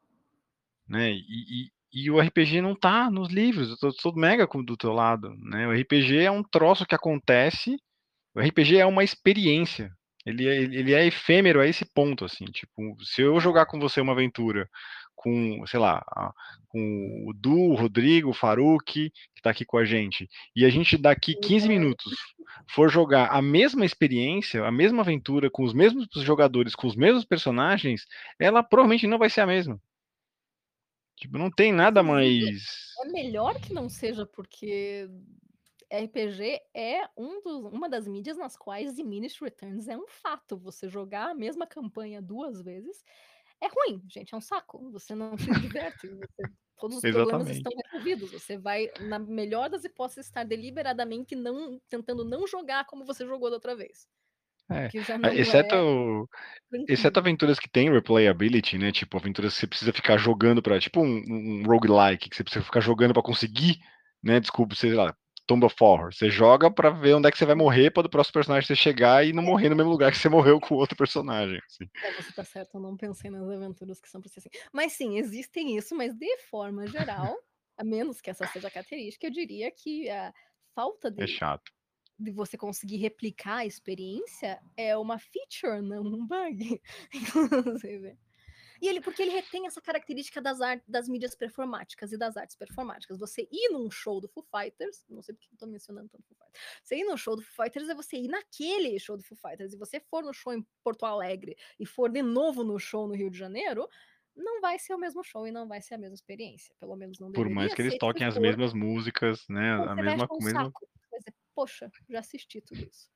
né. E e e o R P G não tá nos livros, eu tô sou mega com do teu lado, né. O R P G é um troço que acontece, o R P G é uma experiência, ele é ele é efêmero a esse ponto, assim, tipo, se eu É, jogar com você uma aventura com, sei lá, a com o Du, o Rodrigo, o Faruk, que tá aqui com a gente, e a gente daqui quinze minutos for jogar a mesma experiência, a mesma aventura, com os mesmos jogadores, com os mesmos personagens, ela provavelmente não vai ser a mesma. Tipo, não tem nada inclusive, mais é melhor que não seja, porque R P G é um dos, uma das mídias nas quais diminishing returns é um fato. Você jogar a mesma campanha duas vezes é ruim, gente, é um saco. Você não se diverte, você, todos os problemas estão exatamente. resolvidos. Você vai, na melhor das hipóteses, estar deliberadamente não tentando não jogar como você jogou da outra vez, o É, que já é, não é exceto exceto tranquilo. aventuras que têm replayability, né, tipo, aventuras que você precisa ficar jogando pra tipo um um roguelike, que você precisa ficar jogando pra conseguir, né, desculpa, sei lá, Tomb of Horror, você joga pra ver onde é que você vai morrer pra do próximo personagem você chegar e não morrer no mesmo lugar que você morreu com o outro personagem, assim. É, você tá certo, eu não pensei nas aventuras que são pra ser assim. Mas sim, existem isso, mas de forma geral, a menos que essa seja a característica, eu diria que a falta É de, chato. de você conseguir replicar a experiência é uma feature, não um bug. Inclusive. E ele, porque ele retém essa característica das, art, das mídias performáticas e das artes performáticas. Você ir num show do Foo Fighters, não sei porque eu tô mencionando tanto Foo Fighters, você ir num show do Foo Fighters é você ir naquele show do Foo Fighters, e você for no show em Porto Alegre e for de novo no show no Rio de Janeiro, não vai ser o mesmo show e não vai ser a mesma experiência. Pelo menos não Por mais deveria que eles ser. Se toquem as for, mesmas músicas, né, a você vai mesma achar um mesma saco. Você vai dizer, poxa, já assisti tudo isso.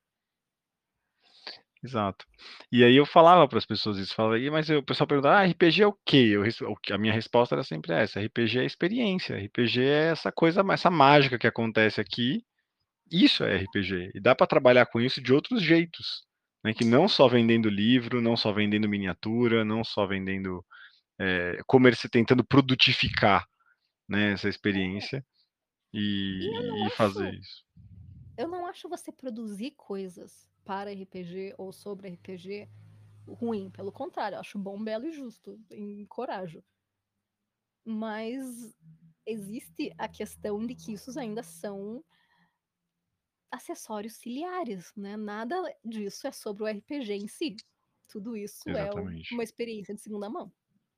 exato. E aí eu falava para as pessoas isso, falava: "E mas o pessoal perguntava: "Ah, R P G é o quê?" Eu res o que a minha resposta era sempre essa: "R P G é experiência, R P G é essa coisa essa mágica que acontece aqui, isso é R P G, e dá para trabalhar com isso de outros jeitos, né, que não só vendendo livro, não só vendendo miniatura, não só vendendo, eh, comerci tentando produtificar, né, essa experiência, E eu e não e fazer acho isso". eu não acho você produzir coisas para R P G ou sobre R P G ruim. Pelo contrário, eu acho bom, belo e justo. Encorajo. mas existe a questão de que isso ainda são acessórios ciliares, né? Nada disso é sobre o R P G em si. Tudo isso é Exatamente. uma experiência de segunda mão.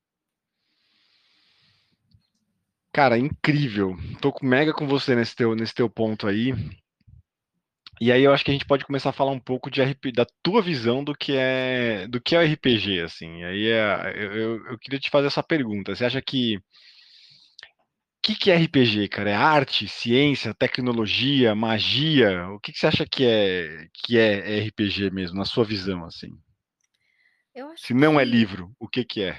Cara, incrível. Tô com- mega com você nesse teu, nesse teu ponto aí. E aí eu acho que a gente pode começar a falar um pouco de R P, da tua visão do que é do que é o R P G, assim. Aí é, eu, eu, eu queria te fazer essa pergunta. Você acha que o que, que é R P G, cara? É arte, ciência, tecnologia, magia? O que, que você acha que é que é R P G mesmo, na sua visão, assim? Eu acho Se não é que livro, o que, que é?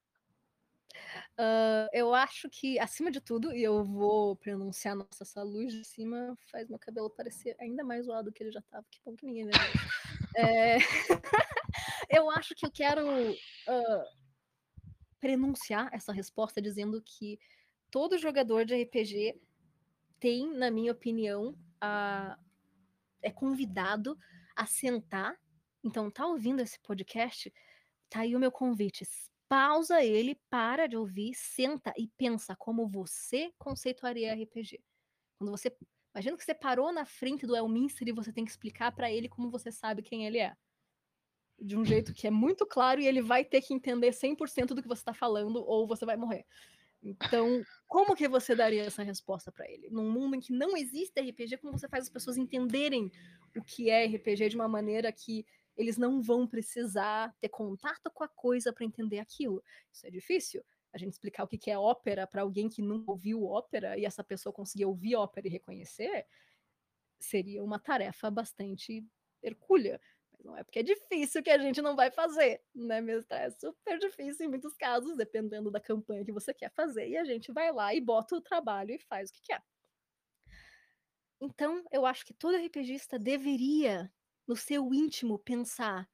uh, eu acho que, acima de tudo, e eu vou pronunciar, nossa, essa luz de cima faz meu cabelo parecer ainda mais zoado do que ele já estava. Que bom que ninguém vai ver isso. É... eu acho que eu quero uh, prenunciar essa resposta dizendo que todo jogador de R P G tem, na minha opinião, a... é convidado a sentar. Então, tá ouvindo esse podcast? Tá aí o meu convite. Pausa ele, para de ouvir, senta e pensa como você conceituaria R P G. Quando você, imagina que você parou na frente do Elminster e você tem que explicar para ele como você sabe quem ele é. De um jeito que é muito claro e ele vai ter que entender cem por cento do que você está falando ou você vai morrer. Então, como que você daria essa resposta para ele? Num mundo em que não existe R P G, como você faz as pessoas entenderem o que é R P G de uma maneira que eles não vão precisar ter contato com a coisa para entender aquilo? Isso é difícil. A gente explicar o que é ópera para alguém que nunca ouviu ópera e essa pessoa conseguir ouvir ópera e reconhecer seria uma tarefa bastante hercúlea. Não é porque é difícil que a gente não vai fazer, né, mestrar? É super difícil em muitos casos, dependendo da campanha que você quer fazer, e a gente vai lá e bota o trabalho e faz o que quer. Então, eu acho que todo RPGista deveria, no seu íntimo, pensar: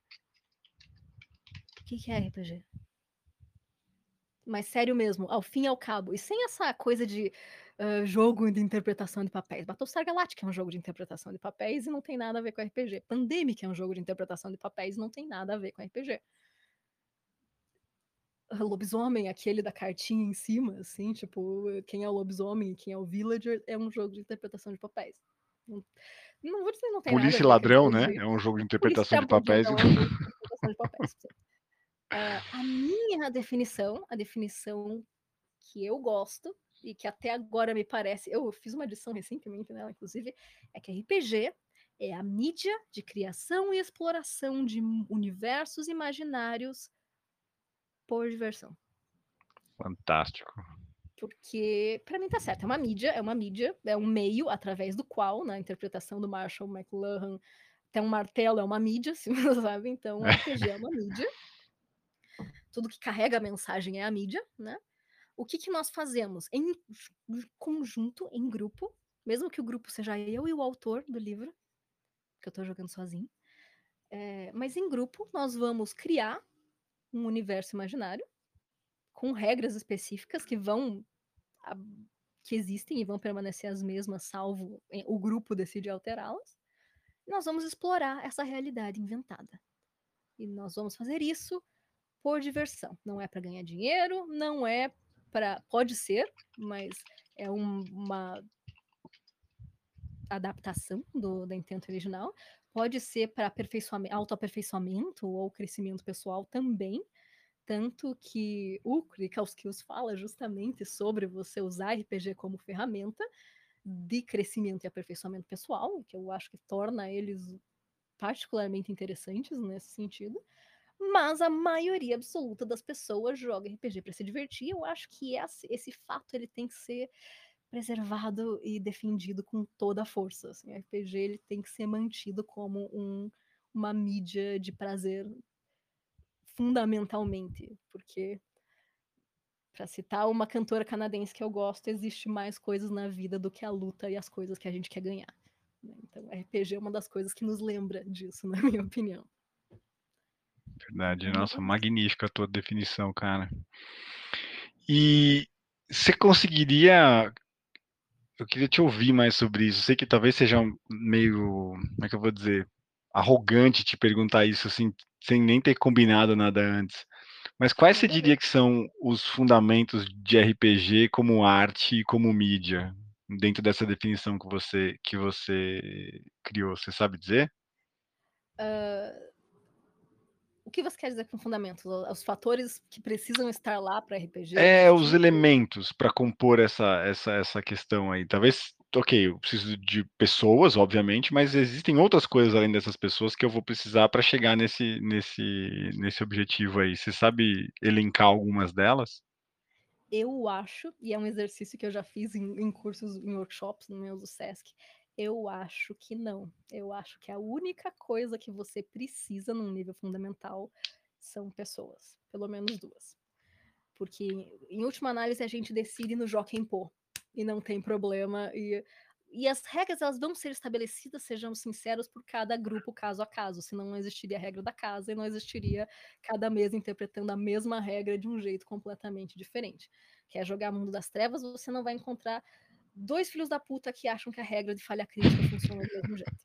o que é R P G? Mas sério mesmo, ao fim e ao cabo, e sem essa coisa de uh, jogo de interpretação de papéis. Battlestar Galactica é um jogo de interpretação de papéis e não tem nada a ver com R P G. Pandemic é um jogo de interpretação de papéis e não tem nada a ver com R P G. Lobisomem, aquele da cartinha em cima, assim, tipo, quem é o lobisomem e quem é o villager, é um jogo de interpretação de papéis. Não, não vou dizer que não tem nada a Polícia e ver com Ladrão, né? R P G. É um jogo de interpretação Polícia de papéis. Bandido é um jogo de interpretação de papéis. Uh, a minha definição, a definição que eu gosto e que até agora me parece, eu fiz uma edição recentemente nela, inclusive, é que R P G é a mídia de criação e exploração de universos imaginários por diversão. Fantástico. Porque, para mim, tá certo. É uma mídia, é uma mídia, é um meio através do qual, na interpretação do Marshall McLuhan, até um martelo é uma mídia, se você sabe. Então, o R P G é uma mídia. Tudo que carrega a mensagem é a mídia, né? O que, que nós fazemos? Em conjunto, em grupo, mesmo que o grupo seja eu e o autor do livro, que eu estou jogando sozinho, é, mas em grupo nós vamos criar um universo imaginário com regras específicas que vão a, que existem e vão permanecer as mesmas, salvo o grupo decide alterá-las. E nós vamos explorar essa realidade inventada. E nós vamos fazer isso por diversão. Não é para ganhar dinheiro, não é para. Pode ser, mas é um, uma adaptação do, do intento original. Pode ser para aperfeiçoamento, autoaperfeiçoamento ou crescimento pessoal também. Tanto que o Critical Skills fala justamente sobre você usar R P G como ferramenta de crescimento e aperfeiçoamento pessoal, que eu acho que torna eles particularmente interessantes nesse sentido. Mas a maioria absoluta das pessoas joga R P G para se divertir. Eu acho que esse, esse fato ele tem que ser preservado e defendido com toda a força. Assim, o R P G ele tem que ser mantido como um, uma mídia de prazer fundamentalmente, porque para citar uma cantora canadense que eu gosto, existe mais coisas na vida do que a luta e as coisas que a gente quer ganhar. Então, R P G é uma das coisas que nos lembra disso, na minha opinião. Verdade, Então, nossa, magnífica a tua definição, cara. E você conseguiria. Eu queria te ouvir mais sobre isso. Eu sei que talvez seja um meio. Como é que eu vou dizer? Arrogante te perguntar isso, assim, sem nem ter combinado nada antes. Mas quais Então, você beleza. diria que são os fundamentos de R P G como arte e como mídia, dentro dessa definição que você que você criou, você sabe dizer? Uh, o que você quer dizer com fundamentos? Os fatores que precisam estar lá para R P G É, os existir? elementos para compor essa essa essa questão aí. Talvez, ok, eu preciso de pessoas, obviamente, mas existem outras coisas além dessas pessoas que eu vou precisar para chegar nesse nesse nesse objetivo aí. Você sabe elencar algumas delas? Eu acho, e é um exercício que eu já fiz em, em cursos, em workshops no meu do Sesc, eu acho que não. Eu acho que a única coisa que você precisa num nível fundamental são pessoas, pelo menos duas. Porque, em última análise, a gente decide no Jockey Pô, e não tem problema. E, e as regras elas vão ser estabelecidas, sejamos sinceros, por cada grupo, caso a caso. Senão não existiria a regra da casa e não existiria cada mesa interpretando a mesma regra de um jeito completamente diferente. Quer jogar Mundo das Trevas, você não vai encontrar dois filhos da puta que acham que a regra de falha crítica funciona do mesmo jeito.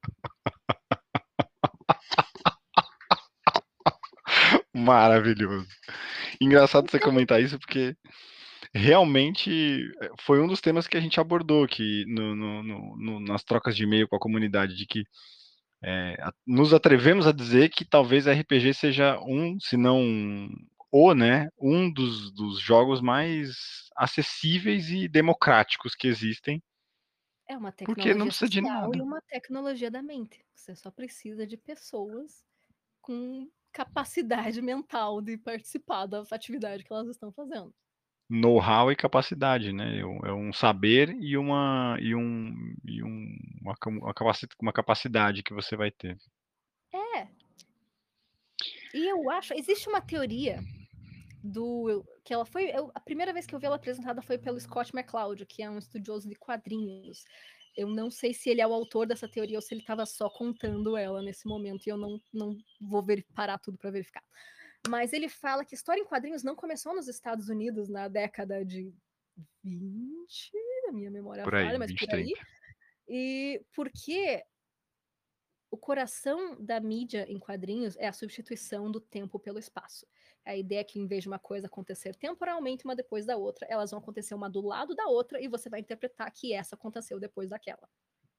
Maravilhoso. Engraçado você Então, comentar isso, porque realmente foi um dos temas que a gente abordou aqui no, no, no, no, nas trocas de e-mail com a comunidade, de que é, nos atrevemos a dizer que talvez R P G seja um, se não o, né, um dos, dos jogos mais acessíveis e democráticos que existem, é uma porque não tecnologia precisa de social e nada. uma tecnologia da mente. Você só precisa de pessoas com capacidade mental de participar da atividade que elas estão fazendo. Know-how e capacidade, né? É um saber e uma e um e um, uma, uma, capacidade, uma capacidade que você vai ter. É. E eu acho, existe uma teoria do que ela foi, eu, a primeira vez que eu vi ela apresentada foi pelo Scott McCloud, que é um estudioso de quadrinhos. Eu não sei se ele é o autor dessa teoria ou se ele estava só contando ela nesse momento e eu não, não vou ver, parar tudo para verificar. Mas ele fala que história em quadrinhos não começou nos Estados Unidos na década de vinte, a minha memória Por aí, falha, mas vinte, por aí. trinta. E porque o coração da mídia em quadrinhos é a substituição do tempo pelo espaço. A ideia é que, em vez de uma coisa acontecer temporalmente uma depois da outra, elas vão acontecer uma do lado da outra e você vai interpretar que essa aconteceu depois daquela.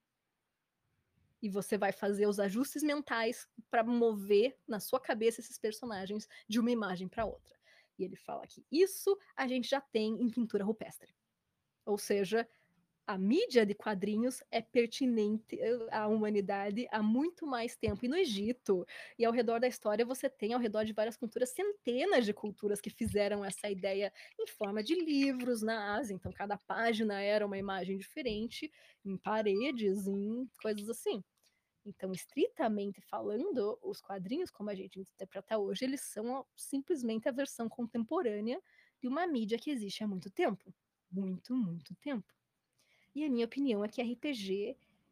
E você vai fazer os ajustes mentais para mover na sua cabeça esses personagens de uma imagem para outra. E ele fala que isso a gente já tem em pintura rupestre. Ou seja, a mídia de quadrinhos é pertinente à humanidade há muito mais tempo. E no Egito, e ao redor da história, você tem ao redor de várias culturas, centenas de culturas que fizeram essa ideia em forma de livros na Ásia. Então, cada página era uma imagem diferente, em paredes, em coisas assim. Então, estritamente falando, os quadrinhos, como a gente interpreta hoje, eles são simplesmente a versão contemporânea de uma mídia que existe há muito tempo. Muito, muito tempo. E a minha opinião é que R P G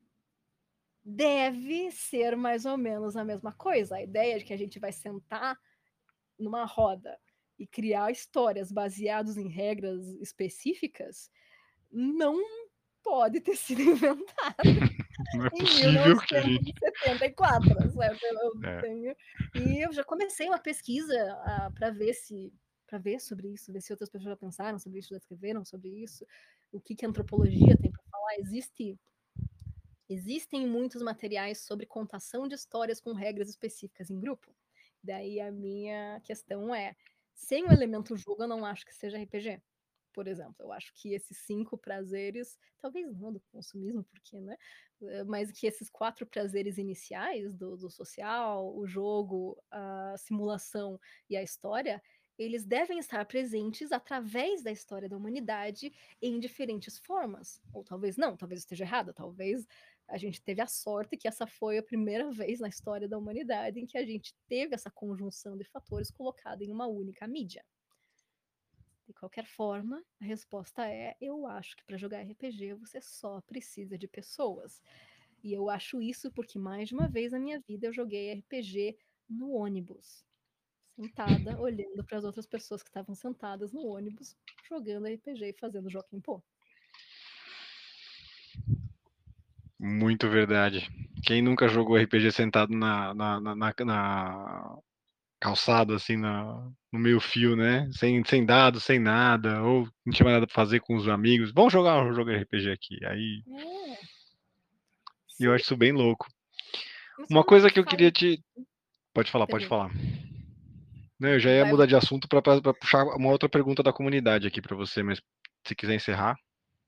deve ser mais ou menos a mesma coisa. A ideia de que a gente vai sentar numa roda e criar histórias baseadas em regras específicas não pode ter sido inventada Não é em possível que a gente. mil novecentos e setenta e quatro, certo? Eu É. tenho... E eu já comecei uma pesquisa uh, para ver se para ver sobre isso, ver se outras pessoas já pensaram sobre isso, já escreveram sobre isso, o que, que a antropologia tem para falar. Existe Existem muitos materiais sobre contação de histórias com regras específicas em grupo. Daí a minha questão é, sem o elemento jogo, eu não acho que seja R P G. Por exemplo, eu acho que esses cinco prazeres, talvez não do consumismo, porque, né? Mas que esses quatro prazeres iniciais do, do social, o jogo, a simulação e a história, eles devem estar presentes através da história da humanidade em diferentes formas. Ou talvez não, talvez esteja errado, talvez a gente teve a sorte que essa foi a primeira vez na história da humanidade em que a gente teve essa conjunção de fatores colocada em uma única mídia. De qualquer forma, a resposta é: eu acho que para jogar R P G você só precisa de pessoas. E eu acho isso porque mais de uma vez na minha vida eu joguei R P G no ônibus, sentada, olhando para as outras pessoas que estavam sentadas no ônibus, jogando R P G e fazendo Joaquim Pô. Muito verdade. Quem nunca jogou R P G sentado na, na, na, na, calçado assim na, no meio fio, né? Sem, sem dados, sem nada, ou não tinha mais nada pra fazer com os amigos. Vamos jogar um jogo de R P G aqui. Aí É, eu sim, acho isso bem louco. mas Uma quando a coisa gente que eu fala em queria te. Pode falar, pode pergunta, falar. Não, eu já ia vai, mudar de assunto para puxar uma outra pergunta da comunidade aqui para você, mas se quiser encerrar.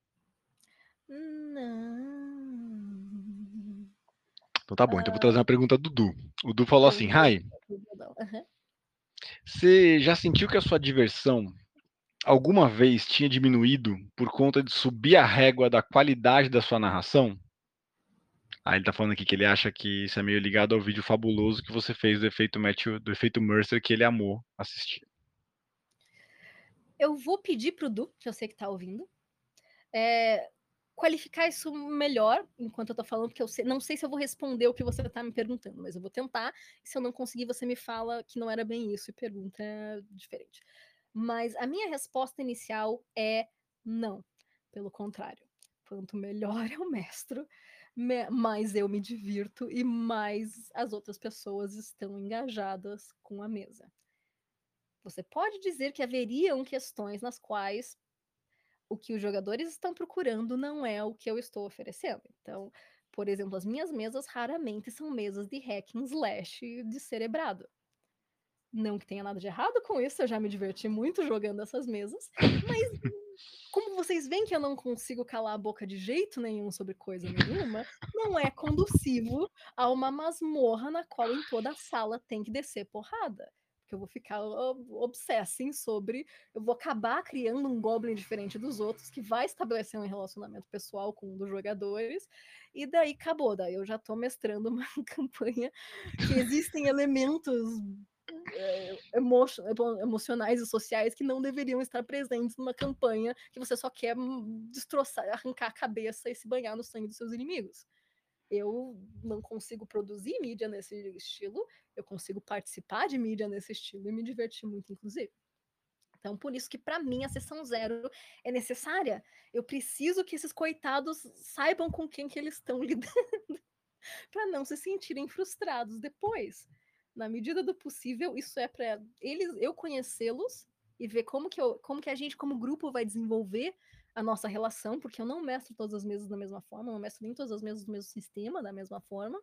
não. Então tá bom, então eu vou trazer uma pergunta do Dudu. O Dudu falou assim: Pergunta Rai, do Dodão. Aham. você já sentiu que a sua diversão alguma vez tinha diminuído por conta de subir a régua da qualidade da sua narração? Aí ele tá falando aqui que ele acha que isso é meio ligado ao vídeo fabuloso que você fez do efeito Matthew, do efeito Mercer, que ele amou assistir. Eu vou pedir pro Du, que eu sei que tá ouvindo, é, qualificar isso melhor enquanto eu tô falando, porque eu sei- não sei se eu vou responder o que você tá me perguntando, mas eu vou tentar. Se eu não conseguir, você me fala que não era bem isso e pergunta diferente. Mas a minha resposta inicial é não. Pelo contrário. Quanto melhor eu mestro, me- mais eu me divirto e mais as outras pessoas estão engajadas com a mesa. Você pode dizer que haveriam questões nas quais o que os jogadores estão procurando não é o que eu estou oferecendo. Então, por exemplo, as minhas mesas raramente são mesas de hack and slash descerebrado. Não que tenha nada de errado com isso, eu já me diverti muito jogando essas mesas, mas como vocês veem que eu não consigo calar a boca de jeito nenhum sobre coisa nenhuma, não é conducivo a uma masmorra na qual em toda a sala tem que descer porrada. Porque eu vou ficar obsessing sobre. Eu vou acabar criando um Goblin diferente dos outros, que vai estabelecer um relacionamento pessoal com um dos jogadores, e daí acabou. Daí eu já tô mestrando uma campanha que existem elementos é, emo emocionais e sociais que não deveriam estar presentes numa campanha que você só quer destroçar, arrancar a cabeça e se banhar no sangue dos seus inimigos. Eu não consigo produzir mídia nesse estilo, eu consigo participar de mídia nesse estilo e me divertir muito, inclusive. Então, por isso que para mim a sessão zero é necessária. Eu preciso que esses coitados saibam com quem que eles estão lidando para não se sentirem frustrados depois. Na medida do possível, isso é para eles, eu conhecê-los e ver como que, eu, como que a gente, como grupo, vai desenvolver a nossa relação, porque eu não mestro todas as mesas da mesma forma, não mestro nem todas as mesas do mesmo sistema da mesma forma.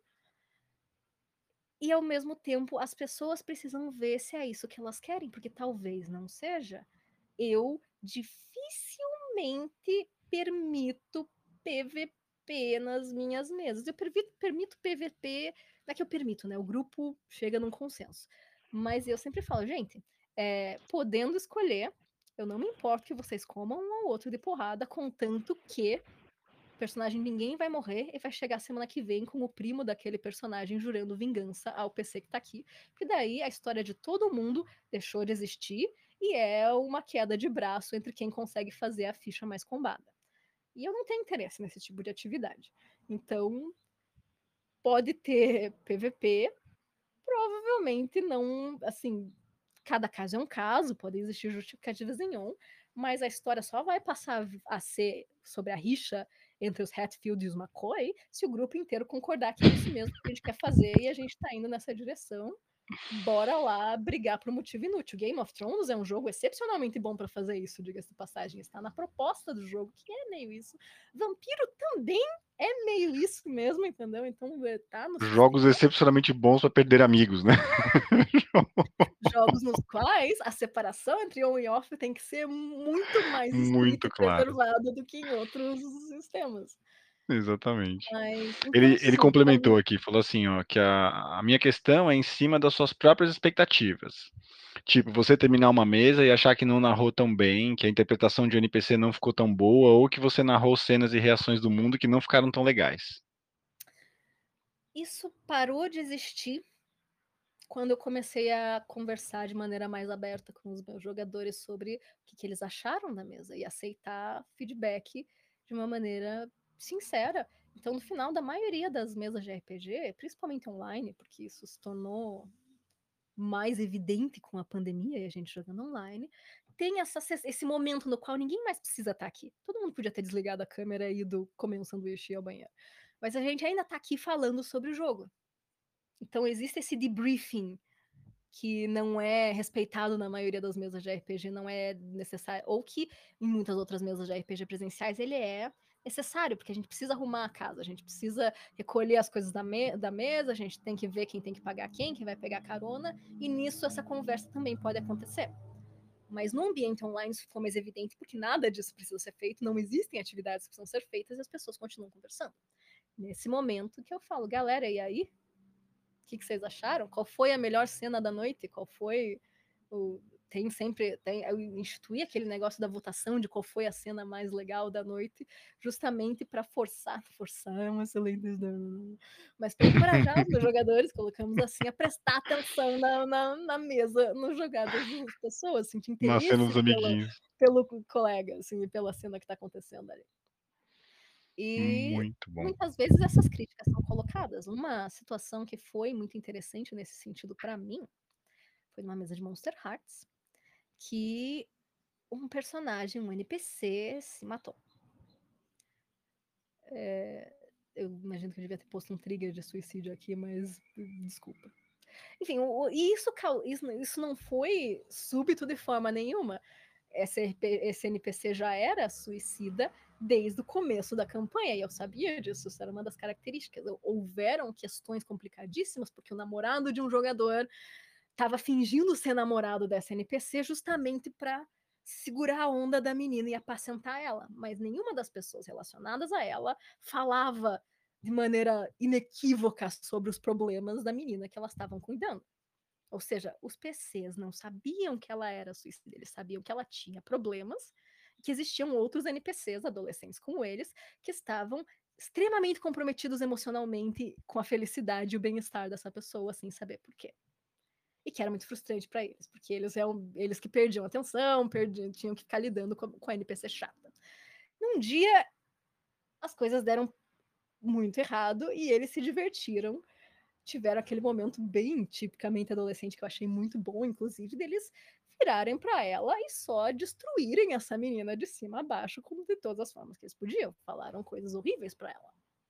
E ao mesmo tempo, as pessoas precisam ver se é isso que elas querem, porque talvez não seja. Eu dificilmente permito P V P nas minhas mesas. Eu permito, permito P V P, não é que eu permito, né? O grupo chega num consenso. Mas eu sempre falo, gente, é, podendo escolher, eu não me importo que vocês comam um ou outro de porrada, contanto que o personagem ninguém vai morrer e vai chegar semana que vem com o primo daquele personagem jurando vingança ao P C que tá aqui. Porque daí a história de todo mundo deixou de existir e é uma queda de braço entre quem consegue fazer a ficha mais combada. E eu não tenho interesse nesse tipo de atividade. Então, pode ter P V P, provavelmente não, assim, cada caso é um caso, pode existir justificativas nenhum, mas a história só vai passar a ser sobre a rixa entre os Hatfield e os McCoy se o grupo inteiro concordar que é isso mesmo que a gente quer fazer e a gente tá indo nessa direção. Bora lá brigar por um motivo inútil. Game of Thrones é um jogo excepcionalmente bom para fazer isso, diga-se de passagem. Está na proposta do jogo, que é meio isso. Vampiro também é meio isso mesmo, entendeu? Então tá no Jogos sistema. excepcionalmente bons para perder amigos, né? Jogos nos quais a separação entre on e off tem que ser muito mais estrita Muito e claro. preservada do que em outros sistemas. Exatamente. Mas, então, Ele, ele sim, pra complementou mim, aqui, falou assim, ó, que a, a minha questão é em cima das suas próprias expectativas. Tipo, você terminar uma mesa e achar que não narrou tão bem, que a interpretação de um N P C não ficou tão boa, ou que você narrou cenas e reações do mundo que não ficaram tão legais. isso parou de existir quando eu comecei a conversar de maneira mais aberta com os meus jogadores sobre o que, que eles acharam da mesa e aceitar feedback de uma maneira sincera. Então, no final da maioria das mesas de R P G, principalmente online, porque isso se tornou mais evidente com a pandemia e a gente jogando online, tem essa, esse momento no qual ninguém mais precisa estar aqui. Todo mundo podia ter desligado a câmera e ido comer um sanduíche e ir ao banheiro. Mas a gente ainda está aqui falando sobre o jogo. Então existe esse debriefing que não é respeitado na maioria das mesas de R P G, não é necessário, ou que em muitas outras mesas de R P G presenciais ele é necessário, porque a gente precisa arrumar a casa, a gente precisa recolher as coisas da, me da mesa, a gente tem que ver quem tem que pagar quem, quem vai pegar carona, e nisso essa conversa também pode acontecer. Mas no ambiente online isso ficou mais evidente, porque nada disso precisa ser feito, não existem atividades que precisam ser feitas e as pessoas continuam conversando. Nesse momento que eu falo, galera, e aí? O que, que vocês acharam? Qual foi a melhor cena da noite? Qual foi o... Tem sempre... Tem, eu instituí aquele negócio da votação de qual foi a cena mais legal da noite, justamente para forçar, forçar é uma excelente, mas para encorajar os meus jogadores, colocamos assim, a prestar atenção na, na, na mesa, nas jogadas das pessoas, sentir interesse pela, pelo colega, assim, pela cena que está acontecendo ali. E muito bom. Muitas vezes essas críticas são colocadas. Uma situação que foi muito interessante nesse sentido para mim foi numa mesa de Monster Hearts, que um personagem, um N P C, se matou. É, eu imagino que eu devia ter posto um trigger de suicídio aqui, mas desculpa. Enfim, o, e isso, isso, isso não foi súbito de forma nenhuma. Esse, esse N P C já era suicida desde o começo da campanha, e eu sabia disso, isso era uma das características. Houveram questões complicadíssimas, porque o namorado de um jogador estava fingindo ser namorado dessa N P C justamente para segurar a onda da menina e apacentar ela, mas nenhuma das pessoas relacionadas a ela falava de maneira inequívoca sobre os problemas da menina que elas estavam cuidando. Ou seja, os P Cs não sabiam que ela era suicida, eles sabiam que ela tinha problemas, que existiam outros N P Cs, adolescentes como eles, que estavam extremamente comprometidos emocionalmente com a felicidade e o bem-estar dessa pessoa, sem saber por quê. E que era muito frustrante para eles, porque eles eram eles que perdiam atenção, perdiam, tinham que ficar lidando com, com a N P C chata. Num dia, as coisas deram muito errado e eles se divertiram, tiveram aquele momento bem tipicamente adolescente que eu achei muito bom, inclusive, deles virarem para ela e só destruírem essa menina de cima a baixo, como de todas as formas que eles podiam. Falaram coisas horríveis para ela.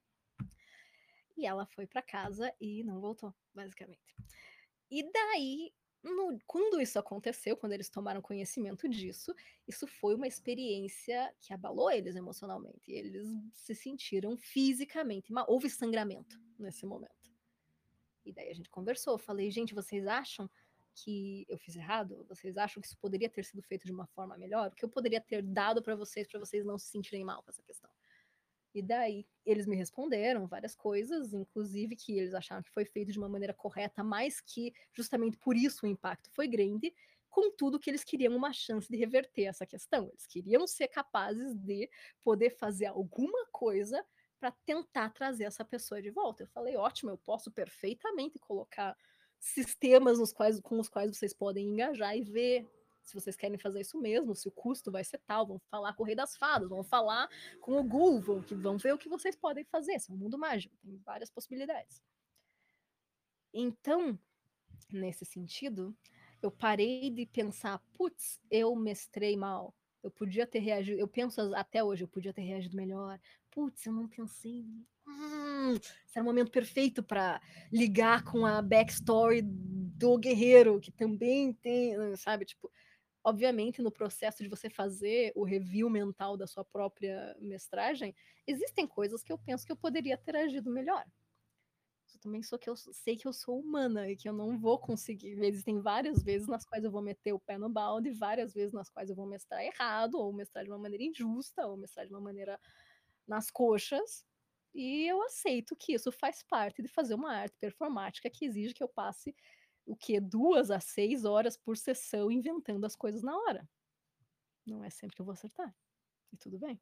E ela foi para casa e não voltou, basicamente. E daí, no, quando isso aconteceu, quando eles tomaram conhecimento disso, isso foi uma experiência que abalou eles emocionalmente. Eles se sentiram fisicamente mal. Houve sangramento nesse momento. E daí a gente conversou. Eu falei, gente, vocês acham que eu fiz errado? Vocês acham que isso poderia ter sido feito de uma forma melhor? O que eu poderia ter dado para vocês, para vocês não se sentirem mal com essa questão? E daí eles me responderam várias coisas, inclusive que eles acharam que foi feito de uma maneira correta, mas que justamente por isso o impacto foi grande, contudo que eles queriam uma chance de reverter essa questão. Eles queriam ser capazes de poder fazer alguma coisa para tentar trazer essa pessoa de volta. Eu falei, ótimo, eu posso perfeitamente colocar sistemas nos quais, com os quais vocês podem engajar e ver se vocês querem fazer isso mesmo, se o custo vai ser tal, vão falar com o Rei das Fadas, vão falar com o Gul, vão, vão ver o que vocês podem fazer. Esse é um mundo mágico, tem várias possibilidades. Então, nesse sentido, eu parei de pensar, putz, eu mestrei mal, eu podia ter reagido, eu penso até hoje, eu podia ter reagido melhor, putz, eu não pensei, hum, esse era o momento perfeito para ligar com a backstory do guerreiro, que também tem, sabe, tipo, obviamente, no processo de você fazer o review mental da sua própria mestragem, existem coisas que eu penso que eu poderia ter agido melhor. Eu também sou que eu sei que eu sou humana e que eu não vou conseguir. Existem várias vezes nas quais eu vou meter o pé no balde, várias vezes nas quais eu vou mestrar errado, ou mestrar de uma maneira injusta, ou mestrar de uma maneira nas coxas. E eu aceito que isso faz parte de fazer uma arte performática que exige que eu passe o que? Duas a seis horas por sessão inventando as coisas na hora. Não é sempre que eu vou acertar. E tudo bem.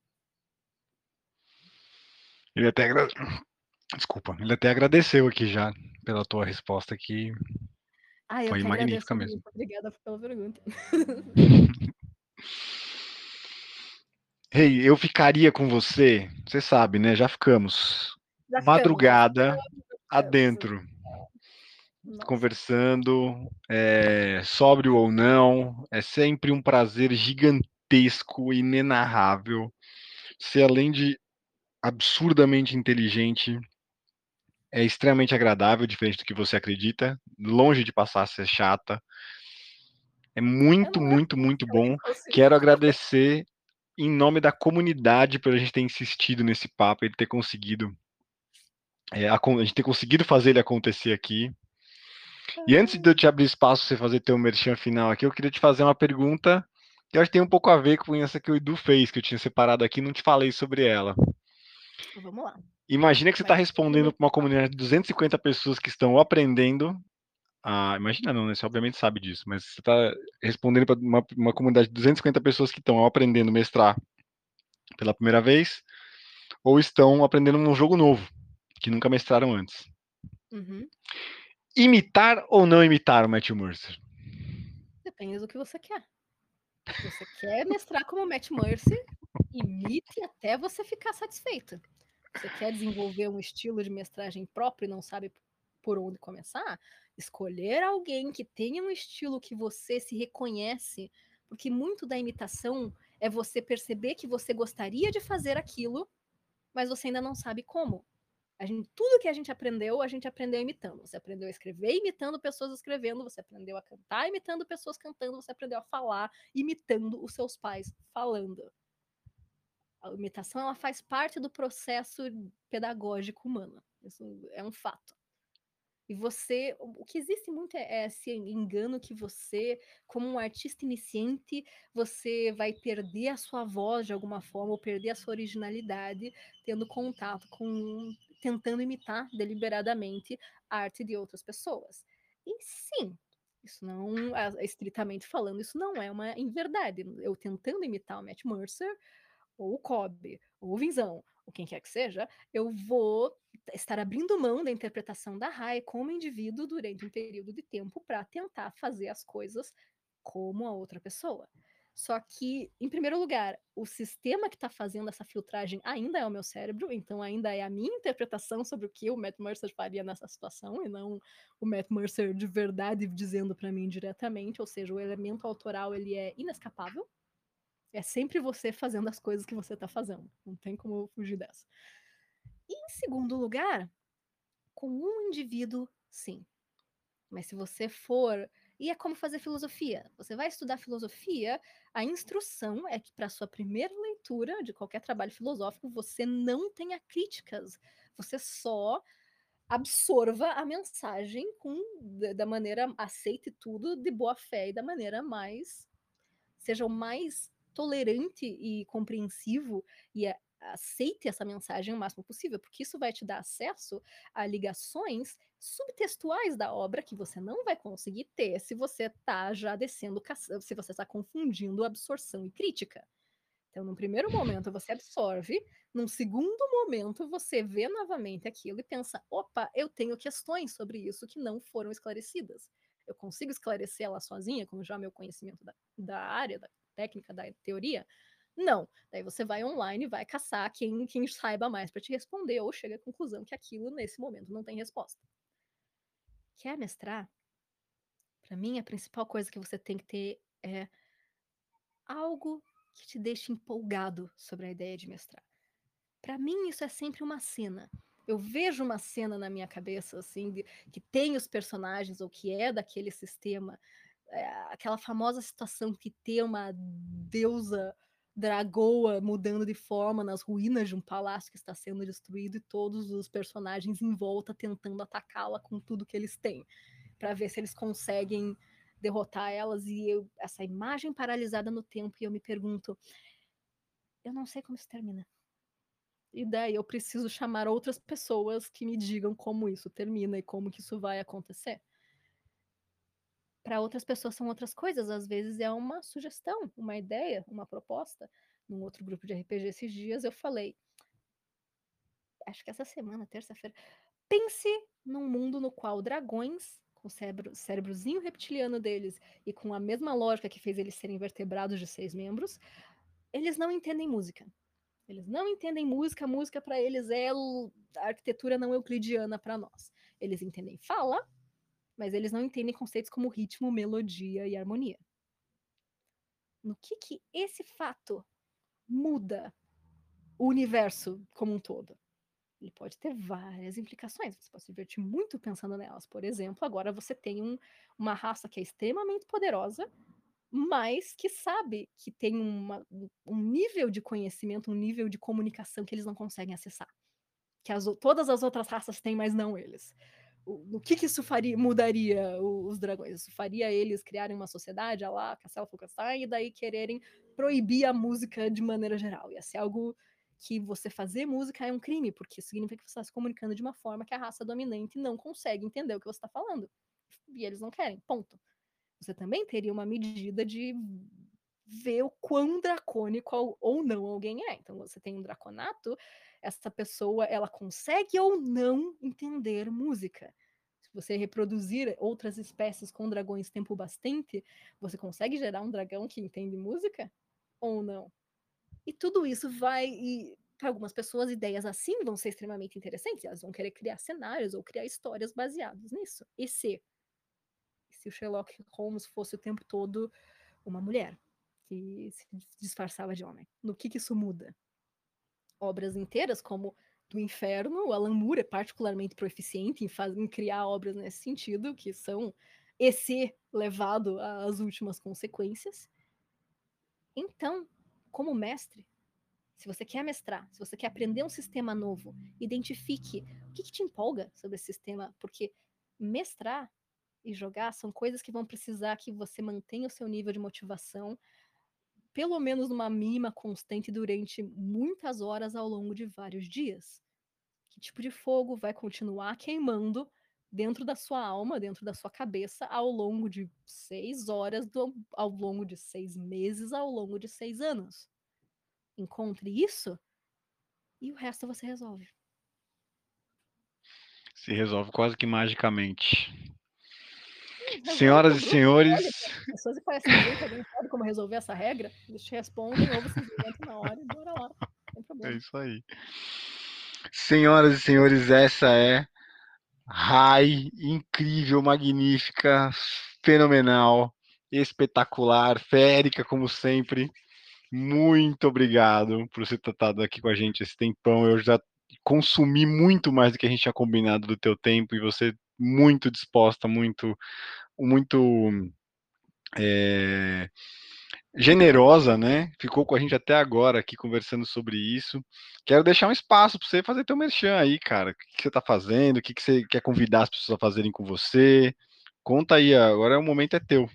Ele até agra... Desculpa, ele até agradeceu aqui já pela tua resposta que ah, eu foi que magnífica agradeço mesmo. muito. Obrigada pela pergunta. Rei, hey, eu ficaria com você, você sabe, né? Já ficamos. Já Madrugada ficamos, já adentro. Nossa. Conversando, é, sóbrio ou não, é sempre um prazer gigantesco, inenarrável. Ser além de absurdamente inteligente, é extremamente agradável, diferente do que você acredita, longe de passar a ser chata. É muito, muito, muito bom. Quero agradecer em nome da comunidade por a gente ter insistido nesse papo, ele ter conseguido, é, a, a gente ter conseguido fazer ele acontecer aqui. E antes de eu te abrir espaço para você fazer teu merchan final aqui, eu queria te fazer uma pergunta que eu acho que tem um pouco a ver com essa que o Edu fez, que eu tinha separado aqui, não te falei sobre ela. Vamos lá. Imagina que você está respondendo para uma comunidade de duzentas e cinquenta pessoas que estão aprendendo. Ah, imagina não, né? Você obviamente sabe disso, mas você está respondendo para uma, uma comunidade de duzentas e cinquenta pessoas que estão aprendendo a mestrar pela primeira vez, ou estão aprendendo um jogo novo, que nunca mestraram antes. Uhum. Imitar ou não imitar o Matthew Mercer? Depende do que você quer. Você quer mestrar como Matt Mercer? Imite até você ficar satisfeito. Você quer desenvolver um estilo de mestragem próprio e não sabe por onde começar? Escolher alguém que tenha um estilo que você se reconhece, porque muito da imitação é você perceber que você gostaria de fazer aquilo, mas você ainda não sabe como. A gente, tudo que a gente aprendeu, a gente aprendeu imitando. Você aprendeu a escrever imitando pessoas escrevendo, você aprendeu a cantar imitando pessoas cantando, você aprendeu a falar imitando os seus pais falando. A imitação ela faz parte do processo pedagógico humano. Isso é um fato. E você, o que existe muito é esse engano que você, como um artista iniciante, você vai perder a sua voz de alguma forma, ou perder a sua originalidade, tendo contato com, tentando imitar deliberadamente a arte de outras pessoas. E sim, isso não, estritamente falando, isso não é uma inverdade. Eu tentando imitar o Matt Mercer, ou o Cobb, ou o Vinzão, ou quem quer que seja, eu vou estar abrindo mão da interpretação da Rai como indivíduo durante um período de tempo para tentar fazer as coisas como a outra pessoa. Só que, em primeiro lugar, o sistema que está fazendo essa filtragem ainda é o meu cérebro, então ainda é a minha interpretação sobre o que o Matt Mercer faria nessa situação, e não o Matt Mercer de verdade dizendo para mim diretamente, ou seja, o elemento autoral ele é inescapável. É sempre você fazendo as coisas que você está fazendo. Não tem como fugir dessa. E em segundo lugar, com um indivíduo, sim. Mas se você for. E é como fazer filosofia. Você vai estudar filosofia, a instrução é que para sua primeira leitura de qualquer trabalho filosófico, você não tenha críticas. Você só absorva a mensagem com da maneira aceite tudo de boa fé e da maneira mais seja o mais tolerante e compreensivo e a, aceite essa mensagem o máximo possível, porque isso vai te dar acesso a ligações subtextuais da obra que você não vai conseguir ter se você está já descendo, se você está confundindo absorção e crítica. Então, no primeiro momento, você absorve, num segundo momento, você vê novamente aquilo e pensa: opa, eu tenho questões sobre isso que não foram esclarecidas. Eu consigo esclarecer ela sozinha, com já meu conhecimento da, da área, da técnica, da teoria? Não. Daí você vai online e vai caçar quem, quem saiba mais para te responder, ou chega à conclusão que aquilo, nesse momento, não tem resposta. Quer mestrar? Para mim, a principal coisa que você tem que ter é algo que te deixe empolgado sobre a ideia de mestrar. Para mim, isso é sempre uma cena. Eu vejo uma cena na minha cabeça, assim, de, que tem os personagens, ou que é daquele sistema, é, aquela famosa situação que tem uma deusa dragoa mudando de forma nas ruínas de um palácio que está sendo destruído e todos os personagens em volta tentando atacá-la com tudo que eles têm, para ver se eles conseguem derrotar elas. E eu, essa imagem paralisada no tempo, e eu me pergunto, eu não sei como isso termina. E daí eu preciso chamar outras pessoas que me digam como isso termina e como que isso vai acontecer. Para outras pessoas são outras coisas, às vezes é uma sugestão, uma ideia, uma proposta. Num outro grupo de R P G esses dias eu falei, acho que essa semana, terça-feira, pense num mundo no qual dragões, com o cérebro, cérebrozinho reptiliano deles e com a mesma lógica que fez eles serem vertebrados de seis membros, eles não entendem música. Eles não entendem música, música para eles é a arquitetura não euclidiana para nós. Eles entendem fala, mas eles não entendem conceitos como ritmo, melodia e harmonia. No que que esse fato muda o universo como um todo? Ele pode ter várias implicações, você pode se divertir muito pensando nelas. Por exemplo, agora você tem um, uma raça que é extremamente poderosa, mas que sabe que tem uma, um nível de conhecimento, um nível de comunicação que eles não conseguem acessar. Que as, todas as outras raças têm, mas não eles. O, o que, que isso faria, mudaria os dragões? Isso faria eles criarem uma sociedade, a lá, Castelo Falkenstein, e daí quererem proibir a música de maneira geral. Ia ser algo que você fazer música é um crime, porque significa que você está se comunicando de uma forma que a raça dominante não consegue entender o que você está falando. E eles não querem, ponto. Você também teria uma medida de ver o quão dracônico ou não alguém é. Então, você tem um draconato, essa pessoa, ela consegue ou não entender música. Se você reproduzir outras espécies com dragões tempo bastante, você consegue gerar um dragão que entende música ou não? E tudo isso vai... E, para algumas pessoas, ideias assim vão ser extremamente interessantes. Elas vão querer criar cenários ou criar histórias baseadas nisso. E se? E se o Sherlock Holmes fosse o tempo todo uma mulher que se disfarçava de homem? No que, que isso muda? Obras inteiras, como do Inferno, o Alan Moore é particularmente proficiente em, faz, em criar obras nesse sentido, que são esse levado às últimas consequências. Então, como mestre, se você quer mestrar, se você quer aprender um sistema novo, identifique o que, que te empolga sobre esse sistema, porque mestrar e jogar são coisas que vão precisar que você mantenha o seu nível de motivação pelo menos numa mínima constante durante muitas horas ao longo de vários dias. Que tipo de fogo vai continuar queimando dentro da sua alma, dentro da sua cabeça, ao longo de seis horas, do, ao longo de seis meses, ao longo de seis anos? Encontre isso e o resto você resolve. Se resolve quase que magicamente. Hum, Senhoras e senhores... As pessoas parecem dizer que alguém sabe como resolver essa regra, eles te respondem ou vocês inventam na hora e bora lá. Não tem problema. É isso aí. Senhoras e senhores, essa é Rai, incrível, magnífica, fenomenal, espetacular, férica como sempre. Muito obrigado por você ter estado aqui com a gente esse tempão. Eu já consumi muito mais do que a gente tinha combinado do teu tempo e você muito disposta, muito, muito é, generosa, né? Ficou com a gente até agora aqui conversando sobre isso. Quero deixar um espaço para você fazer teu merchan aí, cara. O que você está fazendo? O que você quer convidar as pessoas a fazerem com você? Conta aí, agora o momento é teu.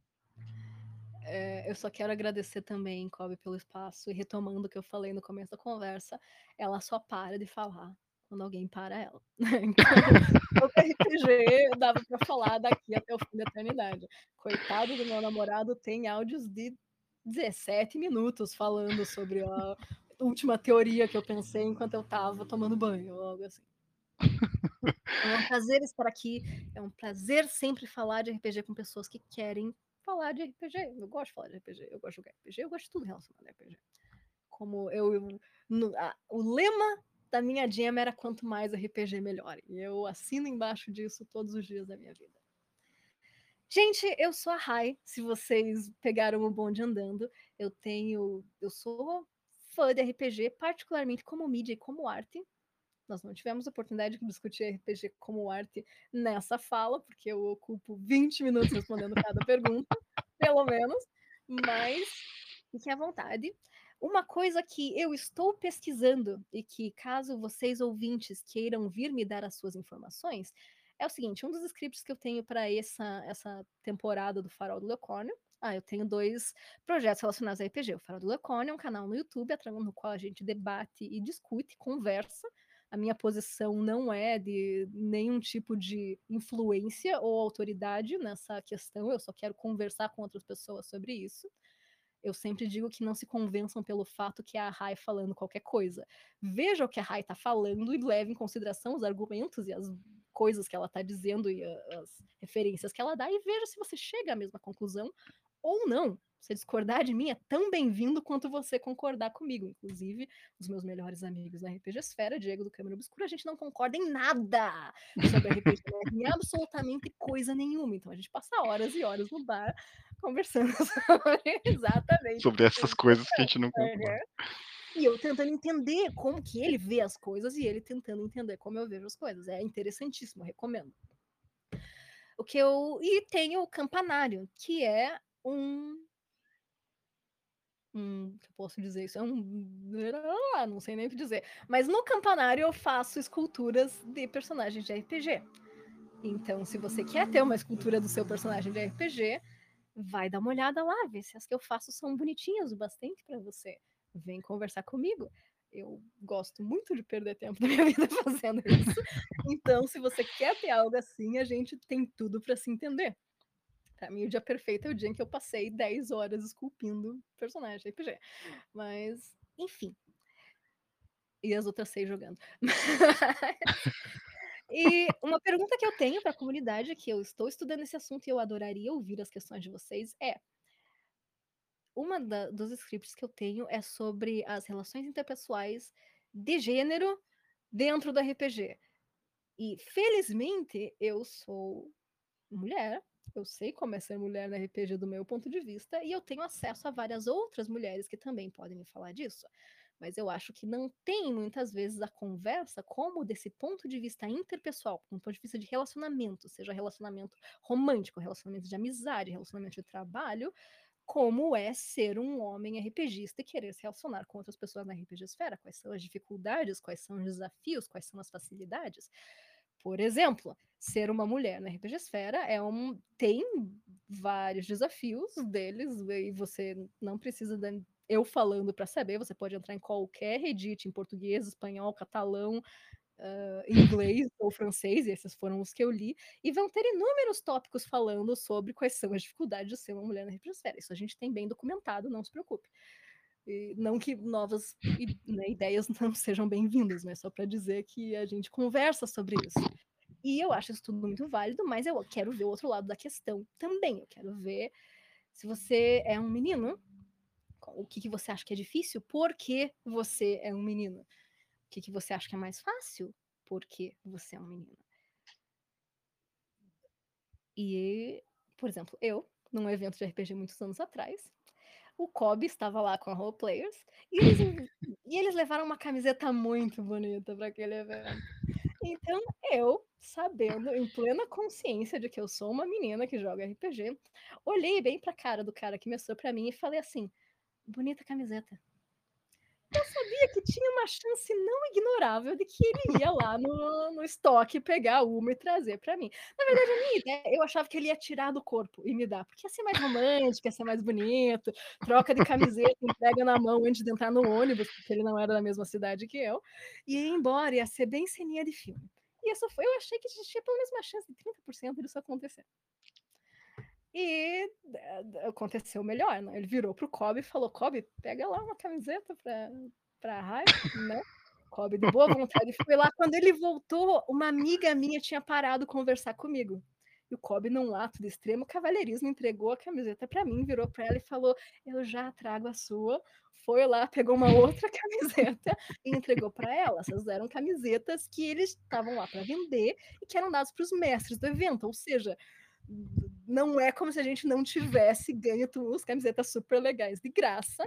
É, eu só quero agradecer também, Kobe, pelo espaço. E retomando o que eu falei no começo da conversa, ela só para de falar quando alguém para ela. Então, o R P G dava para falar daqui até o fim da eternidade. Coitado do meu namorado, tem áudios de dezessete minutos falando sobre a última teoria que eu pensei enquanto eu estava tomando banho, ou algo assim. É um prazer estar aqui, é um prazer sempre falar de R P G com pessoas que querem falar de R P G. Eu gosto de falar de R P G, eu gosto de jogar R P G, eu gosto de tudo relacionado a R P G. Como eu, eu no, a, o lema da minha jam era quanto mais R P G melhor. E eu assino embaixo disso todos os dias da minha vida. Gente, eu sou a Rai, se vocês pegaram o bonde andando. Eu tenho. Eu sou fã de R P G, particularmente como mídia e como arte. Nós não tivemos oportunidade de discutir R P G como arte nessa fala, porque eu ocupo vinte minutos respondendo cada pergunta, pelo menos, mas fiquem à vontade. Uma coisa que eu estou pesquisando e que, caso vocês ouvintes queiram vir me dar as suas informações, é o seguinte: um dos scripts que eu tenho para essa, essa temporada do Farol do Leocórnio. Ah, eu tenho dois projetos relacionados a R P G. O Farol do Leocórnio é um canal no YouTube, no qual a gente debate e discute, conversa. A minha posição não é de nenhum tipo de influência ou autoridade nessa questão, eu só quero conversar com outras pessoas sobre isso. Eu sempre digo que não se convençam pelo fato que é a Rai falando qualquer coisa. Veja o que a Rai está falando e leve em consideração os argumentos e as coisas que ela está dizendo e as referências que ela dá e veja se você chega à mesma conclusão ou não. Se discordar de mim é tão bem-vindo quanto você concordar comigo. Inclusive, os meus melhores amigos da R P G Esfera, Diego do Câmara Obscura, a gente não concorda em nada sobre R P G, em absolutamente coisa nenhuma. Então a gente passa horas e horas no bar conversando sobre exatamente sobre essas coisas que a gente não concorda. Uhum. E eu tentando entender como que ele vê as coisas e ele tentando entender como eu vejo as coisas. É interessantíssimo, recomendo. O que eu e tem o Campanário, que é um um que eu posso dizer isso, é um ah, não sei nem o que dizer, mas no Campanário eu faço esculturas de personagens de R P G. Então, se você quer ter uma escultura do seu personagem de R P G, vai dar uma olhada lá, ver se as que eu faço são bonitinhas o bastante para você. Vem conversar comigo. Eu gosto muito de perder tempo da minha vida fazendo isso. Então, se você quer ter algo assim, a gente tem tudo para se entender. Pra mim, o dia perfeito é o dia em que eu passei dez horas esculpindo personagem de R P G. Mas, enfim. E as outras seis jogando. E uma pergunta que eu tenho para a comunidade, que eu estou estudando esse assunto e eu adoraria ouvir as questões de vocês, é uma da, dos scripts que eu tenho é sobre as relações interpessoais de gênero dentro do R P G. E felizmente eu sou mulher, eu sei como é ser mulher no R P G do meu ponto de vista, e eu tenho acesso a várias outras mulheres que também podem me falar disso. Mas eu acho que não tem muitas vezes a conversa como desse ponto de vista interpessoal, do ponto de vista de relacionamento, seja relacionamento romântico, relacionamento de amizade, relacionamento de trabalho, como é ser um homem RPGista e querer se relacionar com outras pessoas na R P G Esfera, quais são as dificuldades, quais são os desafios, quais são as facilidades. Por exemplo, ser uma mulher na R P G Esfera é um, tem vários desafios deles, e você não precisa de eu falando para saber, você pode entrar em qualquer Reddit, em português, espanhol, catalão, uh, inglês ou francês, e esses foram os que eu li, e vão ter inúmeros tópicos falando sobre quais são as dificuldades de ser uma mulher na R P G Esfera. Isso a gente tem bem documentado, não se preocupe. E não que novas né, ideias não sejam bem-vindas, mas só para dizer que a gente conversa sobre isso. E eu acho isso tudo muito válido, mas eu quero ver o outro lado da questão também. Eu quero ver se você é um menino, o que, que você acha que é difícil, por que você é um menino. O que, que você acha que é mais fácil, por que você é um menino. E, por exemplo, eu, num evento de R P G muitos anos atrás, o Kobe estava lá com a Role Players e eles, e eles levaram uma camiseta muito bonita para aquele evento. Então, eu, sabendo, em plena consciência de que eu sou uma menina que joga R P G, olhei bem pra cara do cara que mostrou pra mim e falei assim: bonita camiseta. Eu sabia que tinha uma chance não ignorável de que ele ia lá no, no estoque pegar uma e trazer pra mim. Na verdade, a minha ideia, eu achava que ele ia tirar do corpo e me dar, porque ia ser mais romântico, ia ser mais bonito, troca de camiseta, entrega na mão antes de entrar no ônibus, porque ele não era da mesma cidade que eu, e ia embora, ia ser bem ceninha de filme. E isso foi, eu achei que tinha pelo menos uma chance de trinta por cento disso acontecer. E aconteceu melhor, né? Ele virou pro Kobe e falou: Kobe, pega lá uma camiseta pra, pra Rai, né? Kobe, de boa vontade, foi lá. Quando ele voltou, uma amiga minha tinha parado conversar comigo. E o Kobe, num ato de extremo cavalheirismo, entregou a camiseta para mim, virou para ela e falou: eu já trago a sua. Foi lá, pegou uma outra camiseta e entregou para ela. Essas eram camisetas que eles estavam lá para vender e que eram dadas para os mestres do evento, ou seja, não é como se a gente não tivesse ganho duas camisetas super legais de graça.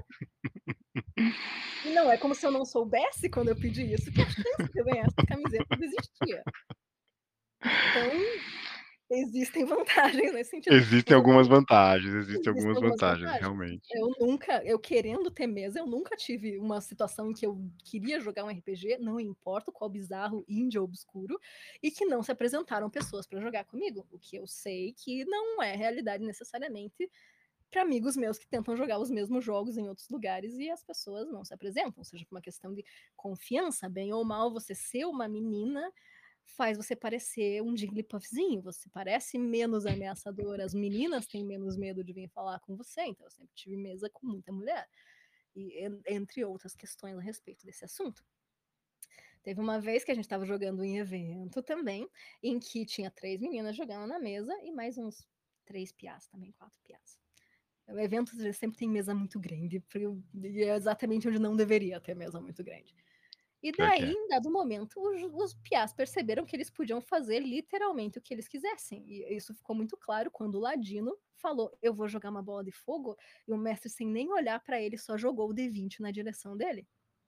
E não é como se eu não soubesse quando eu pedi isso que a chance de eu ganhar essas camisetas existia. Então, existem vantagens nesse sentido. Existem Eu algumas não... vantagens, existem, existem algumas algumas vantagens, vantagens. realmente. Eu nunca, eu querendo ter mesa, eu nunca tive uma situação em que eu queria jogar um R P G, não importa qual bizarro, índio ou obscuro, e que não se apresentaram pessoas para jogar comigo, o que eu sei que não é realidade necessariamente para amigos meus que tentam jogar os mesmos jogos em outros lugares e as pessoas não se apresentam, ou seja, por uma questão de confiança, bem ou mal, você ser uma menina faz você parecer um Jigglypuffzinho, você parece menos ameaçador, as meninas têm menos medo de vir falar com você, então eu sempre tive mesa com muita mulher, e entre outras questões a respeito desse assunto. Teve uma vez que a gente estava jogando em evento também, em que tinha três meninas jogando na mesa e mais uns três piás também, quatro piás. O evento sempre tem mesa muito grande, e é exatamente onde não deveria ter mesa muito grande. E daí, em dado momento, os, os piás perceberam que eles podiam fazer literalmente o que eles quisessem. E isso ficou muito claro quando o Ladino falou: eu vou jogar uma bola de fogo, e o mestre, sem nem olhar para ele, só jogou o D vinte na direção dele.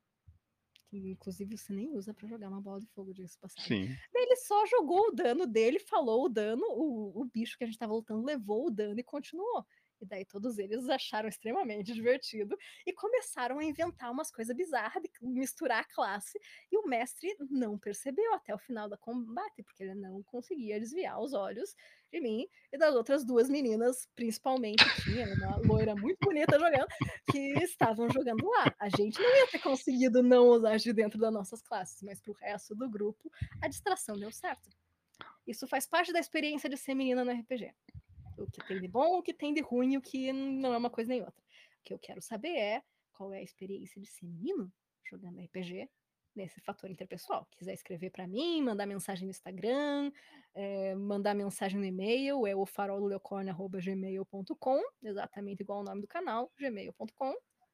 que inclusive você nem usa pra jogar uma bola de fogo, disso passagem. Sim. Daí ele só jogou o dano dele, falou o dano, o, o bicho que a gente tava lutando levou o dano e continuou. E daí todos eles acharam extremamente divertido e começaram a inventar umas coisas bizarras, de misturar a classe, e o mestre não percebeu até o final do combate, porque ele não conseguia desviar os olhos de mim e das outras duas meninas, principalmente tinha uma loira muito bonita jogando, que estavam jogando lá. A gente não ia ter conseguido não usar de dentro das nossas classes, mas pro resto do grupo, a distração deu certo. Isso faz parte da experiência de ser menina no R P G. O que tem de bom, o que tem de ruim, o que não é uma coisa nem outra. O que eu quero saber é qual é a experiência de ser menino jogando R P G nesse fator interpessoal. Quiser escrever para mim, mandar mensagem no Instagram, é, mandar mensagem no e-mail, é o farolleocorn arroba gmail ponto com, exatamente igual ao nome do canal, gmail ponto com.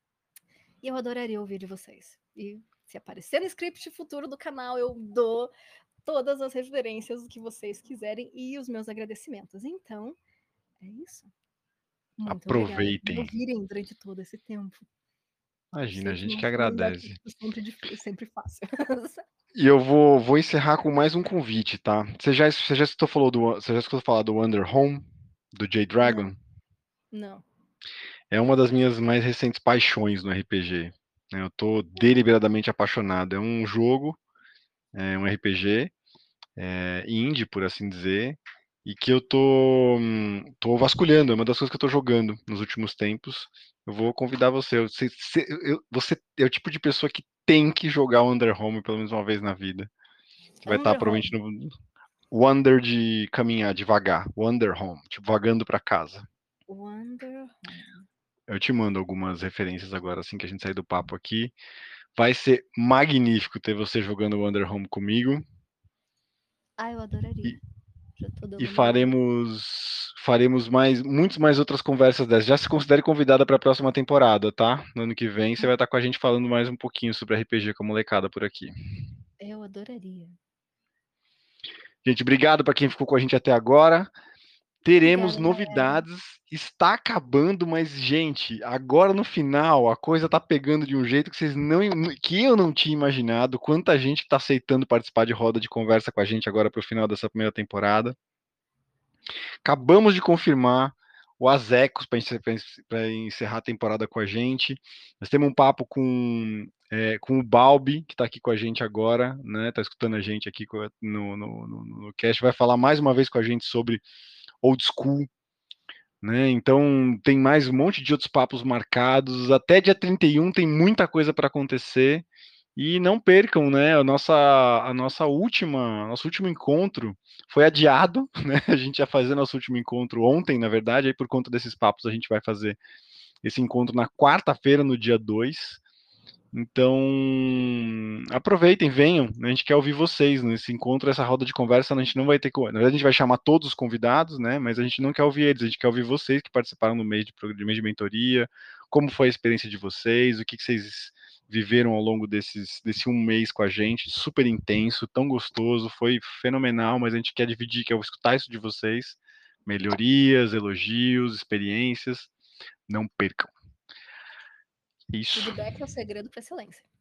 E eu adoraria ouvir de vocês. E se aparecer no script futuro do canal, eu dou todas as referências que vocês quiserem e os meus agradecimentos. Então, é isso. Muito obrigada por me Aproveitem. ouvirem durante todo esse tempo. Imagina, a Sei que gente não que foi agradece. sempre difícil, sempre fácil. E eu vou, vou encerrar com mais um convite, tá? Você já, você já escutou, falou do, você já escutou falar do Wonder Home, do J-Dragon? Não, não. É uma das minhas mais recentes paixões no R P G. né? Eu tô deliberadamente apaixonado. É um jogo, é um R P G, é, indie, por assim dizer, e que eu tô, hum, tô vasculhando. É uma das coisas que eu tô jogando nos últimos tempos. Eu vou convidar você. Você, você, eu- você é o tipo de pessoa que tem que jogar o Wonder Home pelo menos uma vez na vida. Que vai estar Under Home. provavelmente no Wander de caminhar devagar. Wander Home, tipo vagando para casa. Wonder Home. Eu te mando algumas referências agora, assim que a gente sair do papo aqui. Vai ser magnífico ter você jogando Wonder Home comigo. Ah, eu E, adoraria. Já tô e dando meu ok. faremos faremos mais muitas mais outras conversas dessas. Já se considere convidada para a próxima temporada, tá? No ano que vem você vai estar com a gente falando mais um pouquinho sobre R P G com a molecada por aqui. Eu adoraria. Gente, obrigado para quem ficou com a gente até agora. Teremos Obrigada, galera. novidades. Está acabando, mas gente, agora no final a coisa tá pegando de um jeito que vocês não, que eu não tinha imaginado. Quanta gente está aceitando participar de roda de conversa com a gente agora para o final dessa primeira temporada. Acabamos de confirmar o Azecos para encerrar a temporada com a gente. Nós temos um papo com é, com o Balbi, que está aqui com a gente agora, né? Está escutando a gente aqui no, no, no, no cast. Vai falar mais uma vez com a gente sobre old school. Né? Então tem mais um monte de outros papos marcados. Até dia trinta e um tem muita coisa para acontecer. E não percam, né? A nossa, a nossa última, nosso último encontro foi adiado, né? A gente ia fazer nosso último encontro ontem, na verdade, aí por conta desses papos a gente vai fazer esse encontro na quarta-feira, no dia dois. Então, aproveitem, venham. A gente quer ouvir vocês nesse encontro, essa roda de conversa. A gente não vai ter. Na verdade, a gente vai chamar todos os convidados, né? Mas a gente não quer ouvir eles, a gente quer ouvir vocês que participaram no mês de, de mês de mentoria. Como foi a experiência de vocês? O que, que vocês viveram ao longo desses, desse um mês com a gente? Super intenso, tão gostoso, foi fenomenal. Mas a gente quer dividir, quer escutar isso de vocês. Melhorias, elogios, experiências. Não percam. Isso. Feedback é o segredo para excelência.